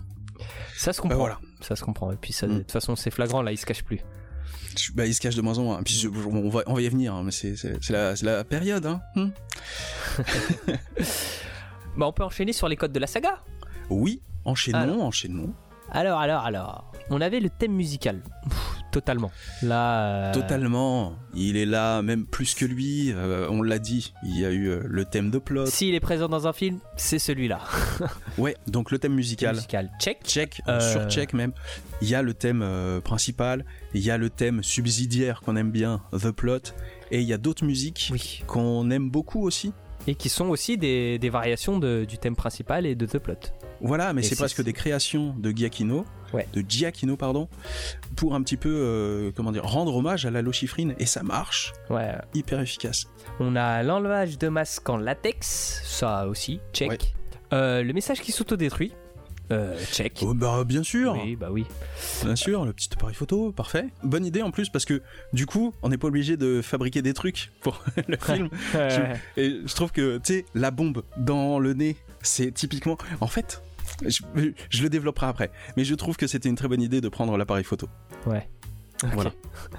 Ça se comprend, bah voilà. ça se comprend. Et puis ça, mm. de toute façon, c'est flagrant. Là, il se cache plus. Bah, il se cache de moins en moins. Et puis je, on va, on va y venir. Hein, mais c'est, c'est, c'est, la, c'est la période. Hein. Hmm. Bah, on peut enchaîner sur les codes de la saga. Oui, enchaînons, alors. enchaînons. Alors, alors, alors. On avait le thème musical. Pff, totalement. Là. Euh... Totalement. Il est là, même plus que lui. Euh, on l'a dit. Il y a eu euh, le thème de plot. S'il est présent dans un film, c'est celui-là. Ouais. Donc le thème musical. Musical. Check. Check. Euh... Sur check même. Il y a le thème euh, principal. Il y a le thème subsidiaire qu'on aime bien, The Plot. Et il y a d'autres musiques oui. qu'on aime beaucoup aussi. Et qui sont aussi des, des variations de, du thème principal et de The Plot. Voilà, mais c'est, c'est presque c'est... des créations de Giacchino, ouais. de Giacchino pardon, pour un petit peu, euh, comment dire, rendre hommage à Lalo Schifrin, et ça marche, ouais. hyper efficace. On a l'enlevage de masques en latex, ça aussi, check. Ouais. Euh, le message qui s'autodétruit, Euh, check. Oh, bah bien sûr. Oui, bah oui. Bien sûr, le petit appareil photo, parfait. Bonne idée en plus parce que du coup, on n'est pas obligé de fabriquer des trucs pour le film. je, et je trouve que tu sais, la bombe dans le nez, c'est typiquement. En fait, je, je le développerai après. Mais je trouve que c'était une très bonne idée de prendre l'appareil photo. Ouais. Okay. Voilà.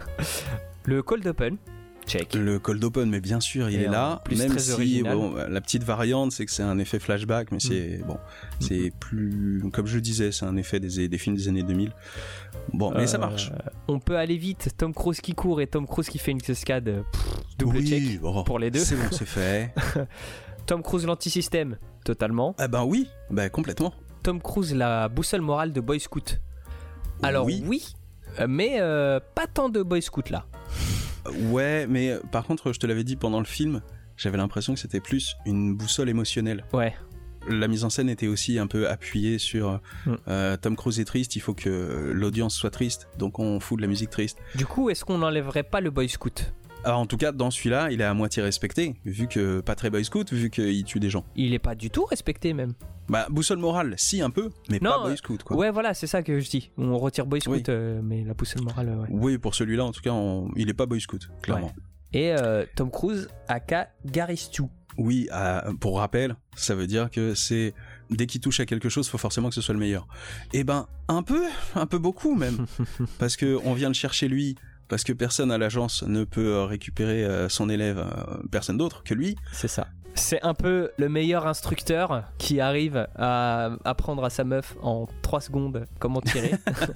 Le cold open. Check. Le cold open, mais bien sûr, il et est là. Plus même très si original. bon, la petite variante, c'est que c'est un effet flashback, mais c'est mm. bon, c'est mm. plus, comme je disais, c'est un effet des, des films des années deux mille. Bon, mais euh, ça marche. On peut aller vite. Tom Cruise qui court et Tom Cruise qui fait une cascade. Pff, double oui, check bon, pour les deux. C'est bon, c'est fait. Tom Cruise l'anti-système, totalement. Ah ben oui, ben complètement. Tom Cruise la boussole morale de Boy Scout. Alors oui, oui mais euh, pas tant de Boy Scout là. Ouais, mais euh, par contre, je te l'avais dit pendant le film, j'avais l'impression que c'était plus une boussole émotionnelle. Ouais. La mise en scène était aussi un peu appuyée sur mm. euh, Tom Cruise est triste, il faut que l'audience soit triste, donc on fout de la musique triste. Du coup, est-ce qu'on n'enlèverait pas le Boy Scout ? Alors en tout cas, dans celui-là, il est à moitié respecté, vu que pas très Boy Scout, vu qu'il tue des gens. Il est pas du tout respecté même. Bah, boussole morale, si un peu, mais non, pas Boy Scout quoi. Ouais, voilà, c'est ça que je dis. On retire Boy Scout, oui. euh, mais la boussole morale, ouais. Oui, pour celui-là, en tout cas, on... il est pas Boy Scout, clairement. Ouais. Et euh, Tom Cruise, aka Gary Stu. Oui, euh, pour rappel, ça veut dire que c'est dès qu'il touche à quelque chose, faut forcément que ce soit le meilleur. Et ben, un peu, un peu beaucoup même, parce que on vient le chercher lui. Parce que personne à l'agence ne peut récupérer son élève, personne d'autre que lui. C'est ça. C'est un peu le meilleur instructeur qui arrive à apprendre à sa meuf en trois secondes comment tirer.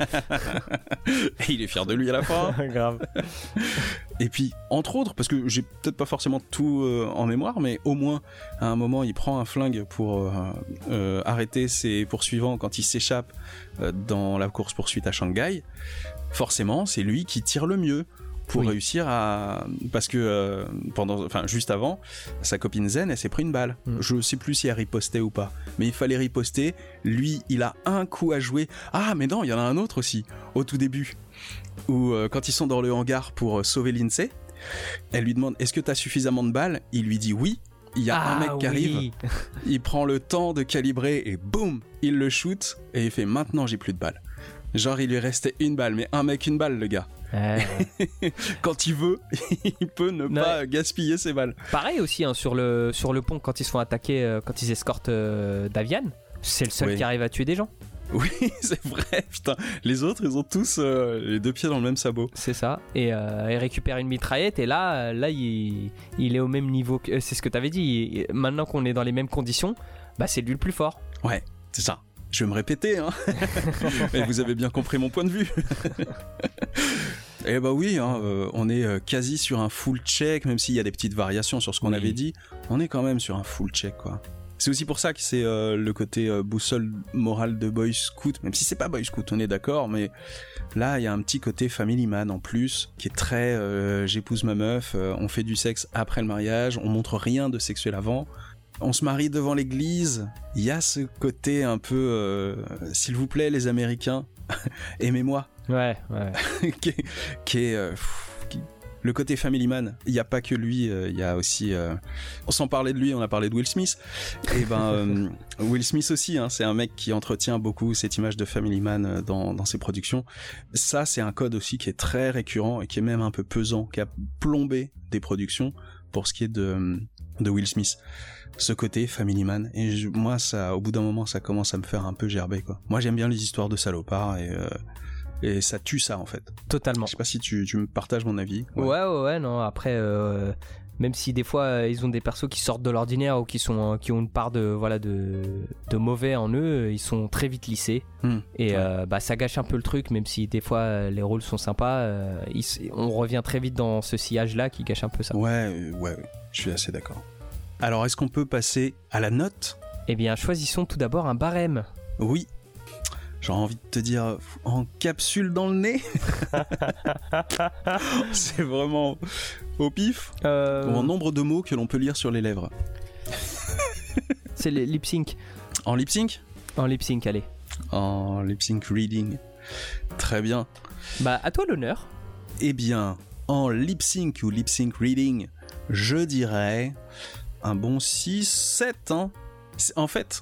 Et il est fier de lui à la fin. Grave. Et puis, entre autres, parce que j'ai peut-être pas forcément tout euh, en mémoire, mais au moins, à un moment, il prend un flingue pour euh, euh, arrêter ses poursuivants quand ils s'échappent euh, dans la course-poursuite à Shanghai. Forcément, c'est lui qui tire le mieux pour oui. réussir à... Parce que, euh, pendant... enfin, juste avant, sa copine Zen, elle s'est pris une balle. Mm. Je sais plus si elle ripostait ou pas, mais il fallait riposter. Lui, il a un coup à jouer. Ah, mais non, il y en a un autre aussi, au tout début, où euh, quand ils sont dans le hangar pour euh, sauver Lindsay, elle lui demande « Est-ce que t'as suffisamment de balles ?» Il lui dit « Oui ». Il y a ah, un mec qui oui. arrive, il prend le temps de calibrer et boum, il le shoot et il fait « Maintenant, j'ai plus de balles ». Genre, il lui restait une balle, mais un mec, une balle, le gars. Ouais. Quand il veut, il peut ne non. pas gaspiller ses balles. Pareil aussi, hein, sur, le, sur le pont, quand ils se font attaquer, euh, quand ils escortent euh, Davian, c'est le seul oui. qui arrive à tuer des gens. Oui, c'est vrai, putain. Les autres, ils ont tous euh, les deux pieds dans le même sabot. C'est ça. Et euh, il récupère une mitraillette, et là, là il, il est au même niveau que... C'est ce que t'avais dit. Il, maintenant qu'on est dans les mêmes conditions, bah, c'est lui le plus fort. Ouais, c'est ça. Je vais me répéter, hein. Mais vous avez bien compris mon point de vue. Eh bah oui, hein, euh, on est euh, quasi sur un full check, même s'il y a des petites variations sur ce qu'on oui. avait dit, on est quand même sur un full check, quoi. C'est aussi pour ça que c'est euh, le côté euh, boussole morale de Boy Scout, même si c'est pas Boy Scout, on est d'accord, mais là il y a un petit côté Family Man en plus, qui est très euh, j'épouse ma meuf, euh, on fait du sexe après le mariage, on montre rien de sexuel avant. On se marie devant l'église, il y a ce côté un peu euh, s'il vous plaît les Américains, aimez-moi. Ouais, ouais. qui est, qui est euh, qui... le côté Family Man. Il n'y a pas que lui, il euh, y a aussi. Euh... Sans parler de lui, on a parlé de Will Smith. Et ben euh, Will Smith aussi, hein, c'est un mec qui entretient beaucoup cette image de Family Man dans, dans ses productions. Ça, c'est un code aussi qui est très récurrent et qui est même un peu pesant, qui a plombé des productions pour ce qui est de, de Will Smith. Ce côté Family Man, et je, moi ça, au bout d'un moment ça commence à me faire un peu gerber quoi. Moi j'aime bien les histoires de salopards et, euh, et ça tue ça en fait. Totalement. Je sais pas si tu, tu me partages mon avis. Ouais ouais ouais, ouais non après euh, même si des fois euh, ils ont des persos qui sortent de l'ordinaire ou qui sont euh, qui ont une part de voilà de de mauvais en eux, ils sont très vite lissés mmh, et ouais. euh, bah ça gâche un peu le truc, même si des fois euh, les rôles sont sympas, euh, ils, on revient très vite dans ce sillage là qui gâche un peu ça. Ouais ouais, ouais je suis assez d'accord. Alors, est-ce qu'on peut passer à la note ? Eh bien, choisissons tout d'abord un barème. Oui. J'ai envie de te dire en capsule dans le nez. C'est vraiment au pif. Euh... Ou en nombre de mots que l'on peut lire sur les lèvres. C'est les lip sync. En lip sync ? En lip sync, allez. En lip sync reading. Très bien. Bah, à toi l'honneur. Eh bien, en lip sync ou lip sync reading, je dirais... un bon six sept, hein. En fait,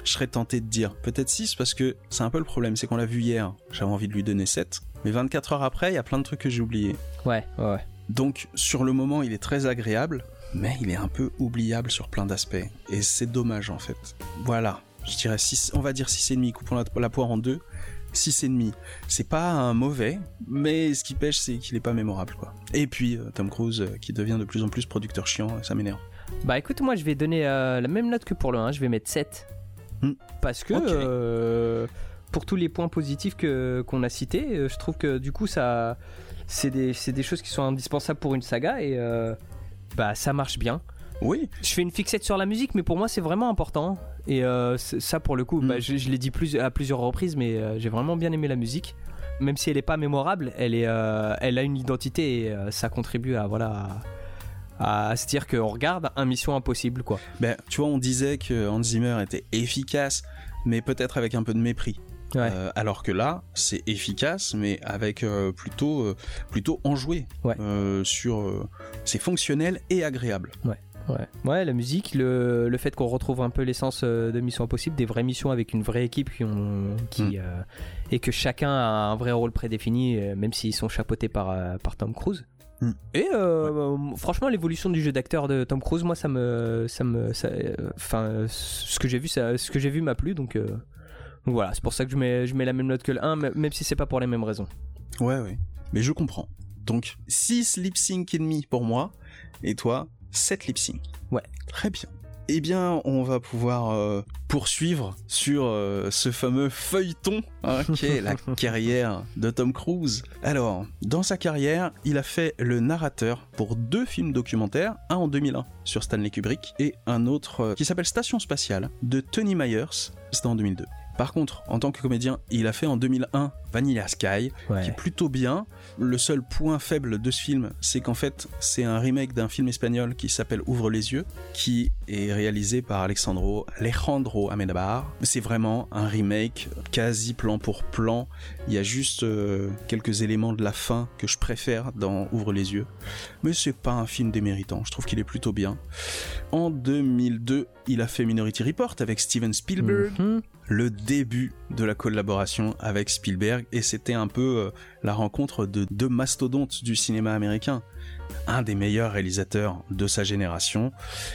je serais tenté de dire peut-être six, parce que c'est un peu le problème, c'est qu'on l'a vu hier, j'avais envie de lui donner sept, mais vingt-quatre heures après, il y a plein de trucs que j'ai oubliés. Ouais, ouais, ouais. Donc, sur le moment, il est très agréable, mais il est un peu oubliable sur plein d'aspects, et c'est dommage en fait. Voilà, je dirais six, on va dire six virgule cinq, coupons la, la poire en deux, six virgule cinq. C'est pas un mauvais, mais ce qui pêche, c'est qu'il est pas mémorable, quoi. Et puis, euh, Tom Cruise, euh, qui devient de plus en plus producteur chiant, ça m'énerve. Bah écoute, moi je vais donner euh, la même note que pour le un, je vais mettre sept. Mm. Parce que, okay. euh, pour tous les points positifs que, qu'on a cités, je trouve que du coup, ça, c'est, des, c'est des choses qui sont indispensables pour une saga, et euh, bah ça marche bien. Oui. Je fais une fixette sur la musique, mais pour moi c'est vraiment important. Et euh, ça, pour le coup, mm. bah, je, je l'ai dit plus, à plusieurs reprises, mais euh, j'ai vraiment bien aimé la musique. Même si elle n'est pas mémorable, elle, est, euh, elle a une identité, et euh, ça contribue à, voilà, à, à se dire qu'on regarde un Mission Impossible, quoi. Ben, tu vois, on disait que Hans Zimmer était efficace, mais peut-être avec un peu de mépris. Ouais. Euh, alors que là, c'est efficace, mais avec euh, plutôt, euh, plutôt enjoué. Ouais. Euh, sur, euh, c'est fonctionnel et agréable. Ouais. Ouais. ouais, la musique, le, le fait qu'on retrouve un peu l'essence de Mission Impossible, des vraies missions avec une vraie équipe qui ont, qui, mm. euh, et que chacun a un vrai rôle prédéfini, même s'ils sont chapeautés par, par Tom Cruise. Mm. Et euh, ouais. franchement, l'évolution du jeu d'acteur de Tom Cruise, moi, ça me, ça me, enfin, euh, ce que j'ai vu, ça, ce que j'ai vu m'a plu, donc, euh, donc voilà, c'est pour ça que je mets, je mets la même note que le un, même si c'est pas pour les mêmes raisons. Ouais, ouais, mais je comprends. Donc six lip sync et demi pour moi, et toi sept lip sync. Ouais. Très bien. Eh bien, on va pouvoir euh, poursuivre sur euh, ce fameux feuilleton hein, qui est la carrière de Tom Cruise. Alors, dans sa carrière, il a fait le narrateur pour deux films documentaires, un en deux mille un sur Stanley Kubrick et un autre euh, qui s'appelle Station Spatiale de Tony Myers, c'était en deux mille deux. Par contre, en tant que comédien, il a fait en deux mille un Vanilla Sky, ouais. qui est plutôt bien. Le seul point faible de ce film, c'est qu'en fait, c'est un remake d'un film espagnol qui s'appelle Ouvre les yeux, qui est réalisé par Alejandro, Alejandro Amenábar. C'est vraiment un remake quasi plan pour plan. Il y a juste euh, quelques éléments de la fin que je préfère dans Ouvre les yeux. Mais c'est pas un film déméritant, je trouve qu'il est plutôt bien. En deux mille deux, il a fait Minority Report avec Steven Spielberg. Mm-hmm. Le début de la collaboration avec Spielberg, et c'était un peu euh, la rencontre de deux mastodontes du cinéma américain, un des meilleurs réalisateurs de sa génération,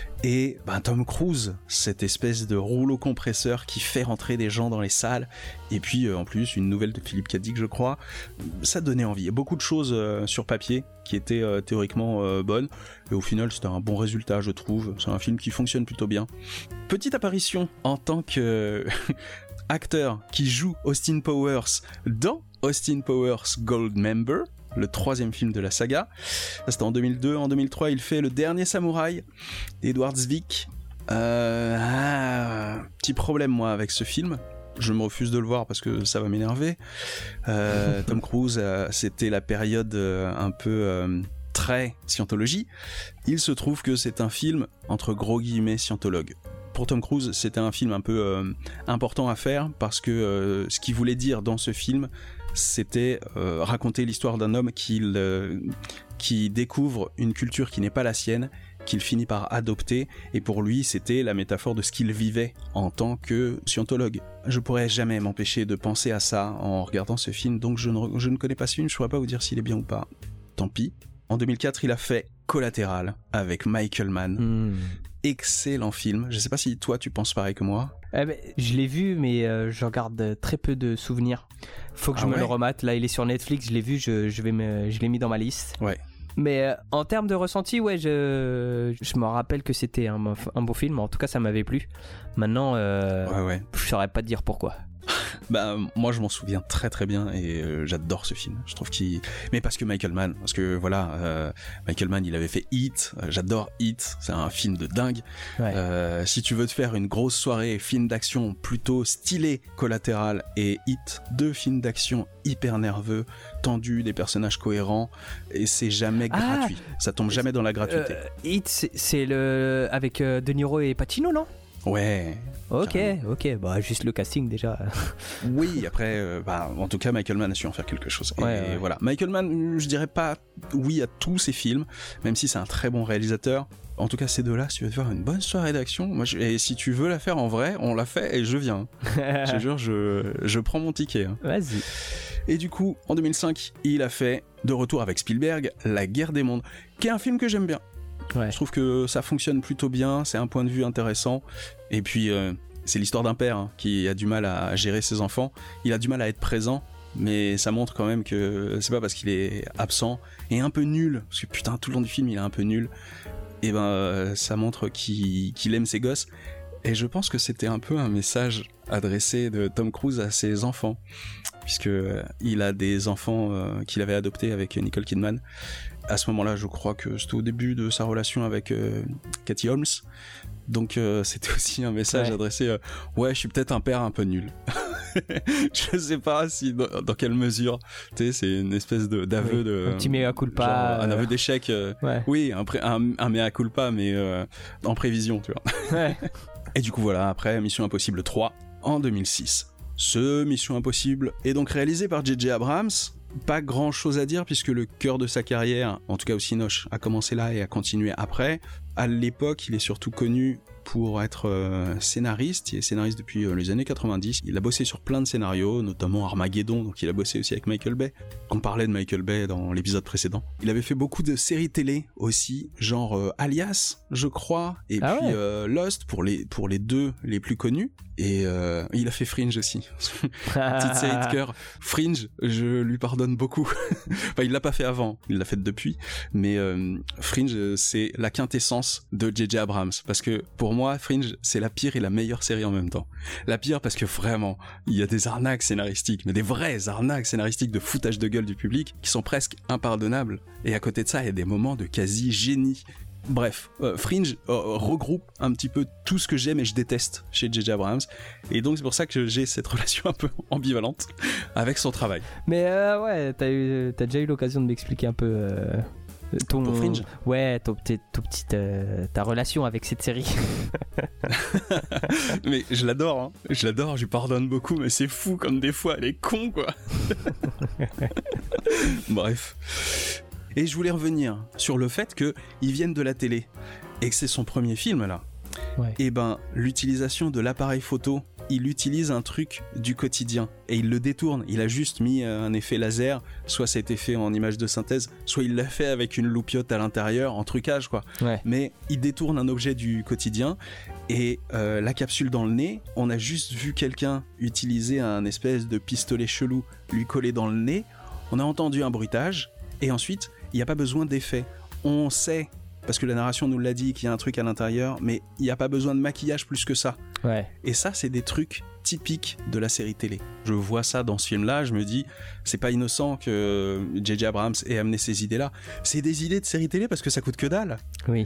et ben, Tom Cruise, cette espèce de rouleau compresseur qui fait rentrer des gens dans les salles, et puis euh, en plus une nouvelle de Philippe Cadic, je crois, ça donnait envie. Il y a beaucoup de choses euh, sur papier qui étaient euh, théoriquement euh, bonnes, et au final c'était un bon résultat, je trouve. C'est un film qui fonctionne plutôt bien. Petite apparition en tant que acteur qui joue Austin Powers dans Austin Powers Goldmember, le troisième film de la saga. Ça, c'était en deux mille deux. En deux mille trois, il fait Le Dernier Samouraï d'Edward Zwick. Euh, ah, petit problème, moi, avec ce film. Je me refuse de le voir parce que ça va m'énerver. Euh, Tom Cruise, euh, c'était la période euh, un peu euh, très scientologie. Il se trouve que c'est un film entre gros guillemets scientologue. Pour Tom Cruise, c'était un film un peu euh, important à faire parce que euh, ce qu'il voulait dire dans ce film, c'était euh, raconter l'histoire d'un homme qui, euh, qui découvre une culture qui n'est pas la sienne, qu'il finit par adopter, et pour lui, c'était la métaphore de ce qu'il vivait en tant que scientologue. Je pourrais jamais m'empêcher de penser à ça en regardant ce film, donc je ne, je ne connais pas ce film, je ne pourrais pas vous dire s'il est bien ou pas. Tant pis. En deux mille quatre, il a fait Collatéral avec Michael Mann. Mmh. Excellent film. Je sais pas si toi tu penses pareil que moi. Eh ben, je l'ai vu, mais euh, je garde très peu de souvenirs. Faut que ah je me ouais. le remate. Là, il est sur Netflix. Je l'ai vu. Je, je vais me, je l'ai mis dans ma liste. Ouais. Mais euh, en termes de ressenti, ouais, je, je me rappelle que c'était un, un beau film. En tout cas, ça m'avait plu. Maintenant, euh, ouais, ouais. je saurais pas te dire pourquoi. Bah moi je m'en souviens très très bien et euh, j'adore ce film. Je trouve qu'il, mais parce que Michael Mann, parce que voilà, euh, Michael Mann il avait fait Heat. Euh, j'adore Heat, c'est un film de dingue. Ouais. Euh, si tu veux te faire une grosse soirée film d'action plutôt stylé, Collatéral et Heat, deux films d'action hyper nerveux, tendus, des personnages cohérents, et c'est jamais ah, gratuit. Ça tombe jamais dans la gratuité. Euh, Heat, c'est, c'est le avec euh, De Niro et Pacino, non? Ouais. Ok, carrément. ok, bah juste le casting déjà. Oui, après, euh, bah, en tout cas, Michael Mann a su en faire quelque chose. Ouais, et ouais. voilà, Michael Mann, je dirais pas oui à tous ses films, même si c'est un très bon réalisateur. En tout cas, ces deux-là, si tu veux te faire une bonne soirée d'action, moi, je... et si tu veux la faire en vrai, on la fait et je viens. Je te jure, je, je prends mon ticket. Hein. Vas-y. Et du coup, en deux mille cinq, il a fait, de retour avec Spielberg, La Guerre des Mondes, qui est un film que j'aime bien. Ouais. Je trouve que ça fonctionne plutôt bien, c'est un point de vue intéressant. Et puis, euh, c'est l'histoire d'un père hein, qui a du mal à gérer ses enfants. Il a du mal à être présent, mais ça montre quand même que c'est pas parce qu'il est absent et un peu nul, parce que putain, tout le long du film, il est un peu nul. Et ben, euh, ça montre qu'il, qu'il aime ses gosses. Et je pense que c'était un peu un message adressé de Tom Cruise à ses enfants, puisque euh, il a des enfants euh, qu'il avait adoptés avec Nicole Kidman. À ce moment-là, je crois que c'était au début de sa relation avec euh, Katie Holmes. Donc euh, c'était aussi un message ouais. adressé euh, ouais, je suis peut-être un père un peu nul. Je sais pas si dans, dans quelle mesure, tu sais, c'est une espèce de d'aveu oui. de un petit mea culpa, genre, euh... un aveu d'échec. Euh, ouais. Oui, un, pré, un, un mea culpa, mais euh, en prévision, tu vois. Ouais. Et du coup voilà, après Mission Impossible trois en deux mille six. Ce Mission Impossible est donc réalisé par J J Abrams. Pas grand chose à dire puisque le cœur de sa carrière, en tout cas au Cinoche, a commencé là et a continué après. À l'époque, il est surtout connu pour être euh, scénariste. Il est scénariste depuis euh, les années quatre-vingt-dix. Il a bossé sur plein de scénarios, notamment Armageddon, donc il a bossé aussi avec Michael Bay. On parlait de Michael Bay dans l'épisode précédent. Il avait fait beaucoup de séries télé aussi, genre euh, Alias, je crois, et ah puis ouais. euh, Lost pour les, pour les deux les plus connus. Et euh, il a fait Fringe aussi. Petite série de cœur. Fringe, je lui pardonne beaucoup. Enfin, il l'a pas fait avant, il l'a fait depuis. Mais euh, Fringe, c'est la quintessence de J J Abrams. Parce que pour moi, Fringe, c'est la pire et la meilleure série en même temps. La pire parce que vraiment, il y a des arnaques scénaristiques, mais des vraies arnaques scénaristiques de foutage de gueule du public qui sont presque impardonnables. Et à côté de ça, il y a des moments de quasi-génie. Bref, euh, Fringe euh, regroupe un petit peu tout ce que j'aime et je déteste chez J J Abrams, et donc c'est pour ça que j'ai cette relation un peu ambivalente avec son travail. Mais euh, ouais, t'as, eu, t'as déjà eu l'occasion de m'expliquer un peu euh, ton... Pour Fringe ? Ouais, ton, ton, ton petite, euh, ta relation avec cette série. Mais je l'adore, hein. je l'adore, je lui pardonne beaucoup, mais c'est fou comme des fois elle est con quoi. Bref. Et je voulais revenir sur le fait qu'ils viennent de la télé et que c'est son premier film là. Ouais. Et ben l'utilisation de l'appareil photo, il utilise un truc du quotidien et il le détourne. Il a juste mis un effet laser, soit ça a été fait en image de synthèse, soit il l'a fait avec une loupiote à l'intérieur en trucage quoi. Ouais. Mais il détourne un objet du quotidien et euh, la capsule dans le nez, on a juste vu quelqu'un utiliser un espèce de pistolet chelou, lui coller dans le nez. On a entendu un bruitage et ensuite il n'y a pas besoin d'effets. On sait, parce que la narration nous l'a dit, qu'il y a un truc à l'intérieur, mais il n'y a pas besoin de maquillage plus que ça. Ouais. Et ça, c'est des trucs typiques de la série télé. Je vois ça dans ce film-là, je me dis, c'est pas innocent que J J Abrams ait amené ces idées-là. C'est des idées de série télé parce que ça coûte que dalle. Oui.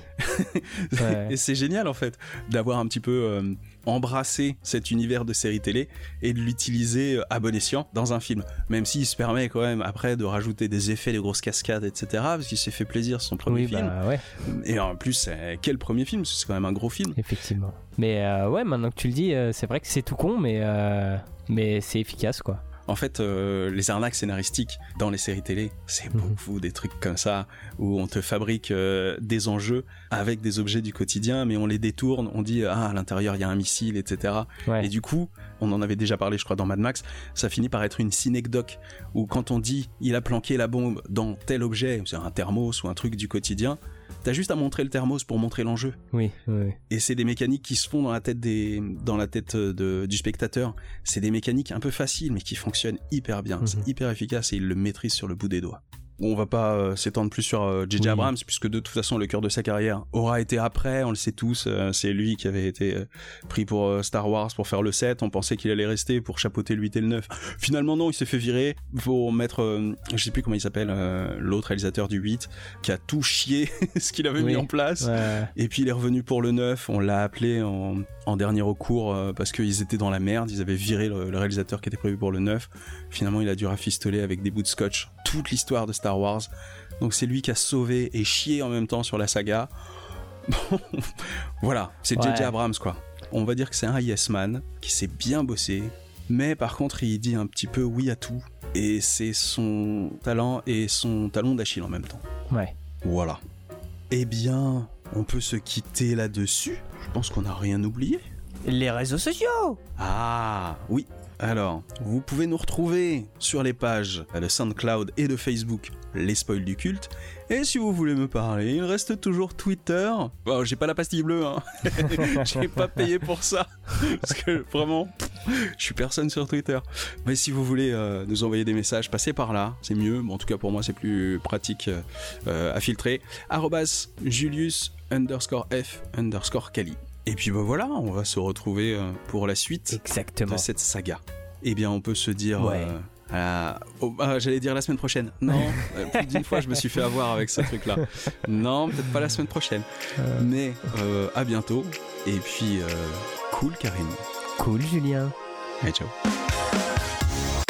Ouais. Et c'est génial, en fait, d'avoir un petit peu euh, embrassé cet univers de série télé et de l'utiliser à bon escient dans un film. Même s'il se permet quand même, après, de rajouter des effets, des grosses cascades, et cetera, parce qu'il s'est fait plaisir, c'est son premier oui, film. Bah, ouais. Et en plus, c'est... quel premier film, parce que c'est quand même un gros film. Effectivement. Mais euh, ouais, maintenant que tu le dis, euh, c'est vrai que c'est tout con, mais, euh, mais c'est efficace, quoi. En fait, euh, les arnaques scénaristiques dans les séries télé, c'est Mmh. beaucoup des trucs comme ça, où on te fabrique euh, des enjeux avec des objets du quotidien, mais on les détourne, on dit « Ah, à l'intérieur, il y a un missile, et cetera » Ouais. Et du coup, on en avait déjà parlé, je crois, dans Mad Max, ça finit par être une synecdoque, où quand on dit « Il a planqué la bombe dans tel objet », c'est un thermos ou un truc du quotidien, t'as juste à montrer le thermos pour montrer l'enjeu. Oui, oui. Et c'est des mécaniques qui se font dans la tête, des, dans la tête de, du spectateur. C'est des mécaniques un peu faciles, mais qui fonctionnent hyper bien. Mm-hmm. C'est hyper efficace et il le maîtrise sur le bout des doigts. On va pas euh, s'étendre plus sur euh, J J oui. Abrams, puisque de toute façon, le cœur de sa carrière aura été après, on le sait tous. Euh, c'est lui qui avait été euh, pris pour euh, Star Wars pour faire le sept. On pensait qu'il allait rester pour chapeauter le huit et le neuf. Finalement, non, il s'est fait virer pour mettre, euh, je sais plus comment il s'appelle, euh, l'autre réalisateur du huit, qui a tout chié ce qu'il avait oui. mis en place. Ouais. Et puis il est revenu pour le neuf. On l'a appelé en, en dernier recours euh, parce qu'ils étaient dans la merde. Ils avaient viré le, le réalisateur qui était prévu pour le neuf. Finalement, il a dû rafistoler avec des bouts de scotch toute l'histoire de Star Wars. Donc c'est lui qui a sauvé et chié en même temps sur la saga. Bon, voilà, c'est J J ouais. Abrams quoi. On va dire que c'est un yes man qui s'est bien bossé, mais par contre il dit un petit peu oui à tout, et c'est son talent et son talon d'Achille en même temps. Ouais. Voilà. Eh bien, on peut se quitter là-dessus. Je pense qu'on n'a rien oublié. Les réseaux sociaux. Ah, oui. Alors, vous pouvez nous retrouver sur les pages de SoundCloud et de Facebook, les spoils du culte. Et si vous voulez me parler, il reste toujours Twitter. Bon, j'ai pas la pastille bleue, hein. J'ai pas payé pour ça. Parce que vraiment, je suis personne sur Twitter. Mais si vous voulez euh, nous envoyer des messages, passez par là, c'est mieux. Bon, en tout cas, pour moi, c'est plus pratique euh, à filtrer. Arrobas Julius underscore F underscore Kali. Et puis bah voilà, on va se retrouver euh, pour la suite Exactement. de cette saga. Eh bien, on peut se dire... Ouais. Euh, à la... oh, ah, j'allais dire la semaine prochaine. Non, plus d'une fois, je me suis fait avoir avec ce truc-là. Non, peut-être pas la semaine prochaine. Euh... Mais euh, à bientôt. Et puis, euh, cool, Karim. Cool, Julien. Allez, ciao.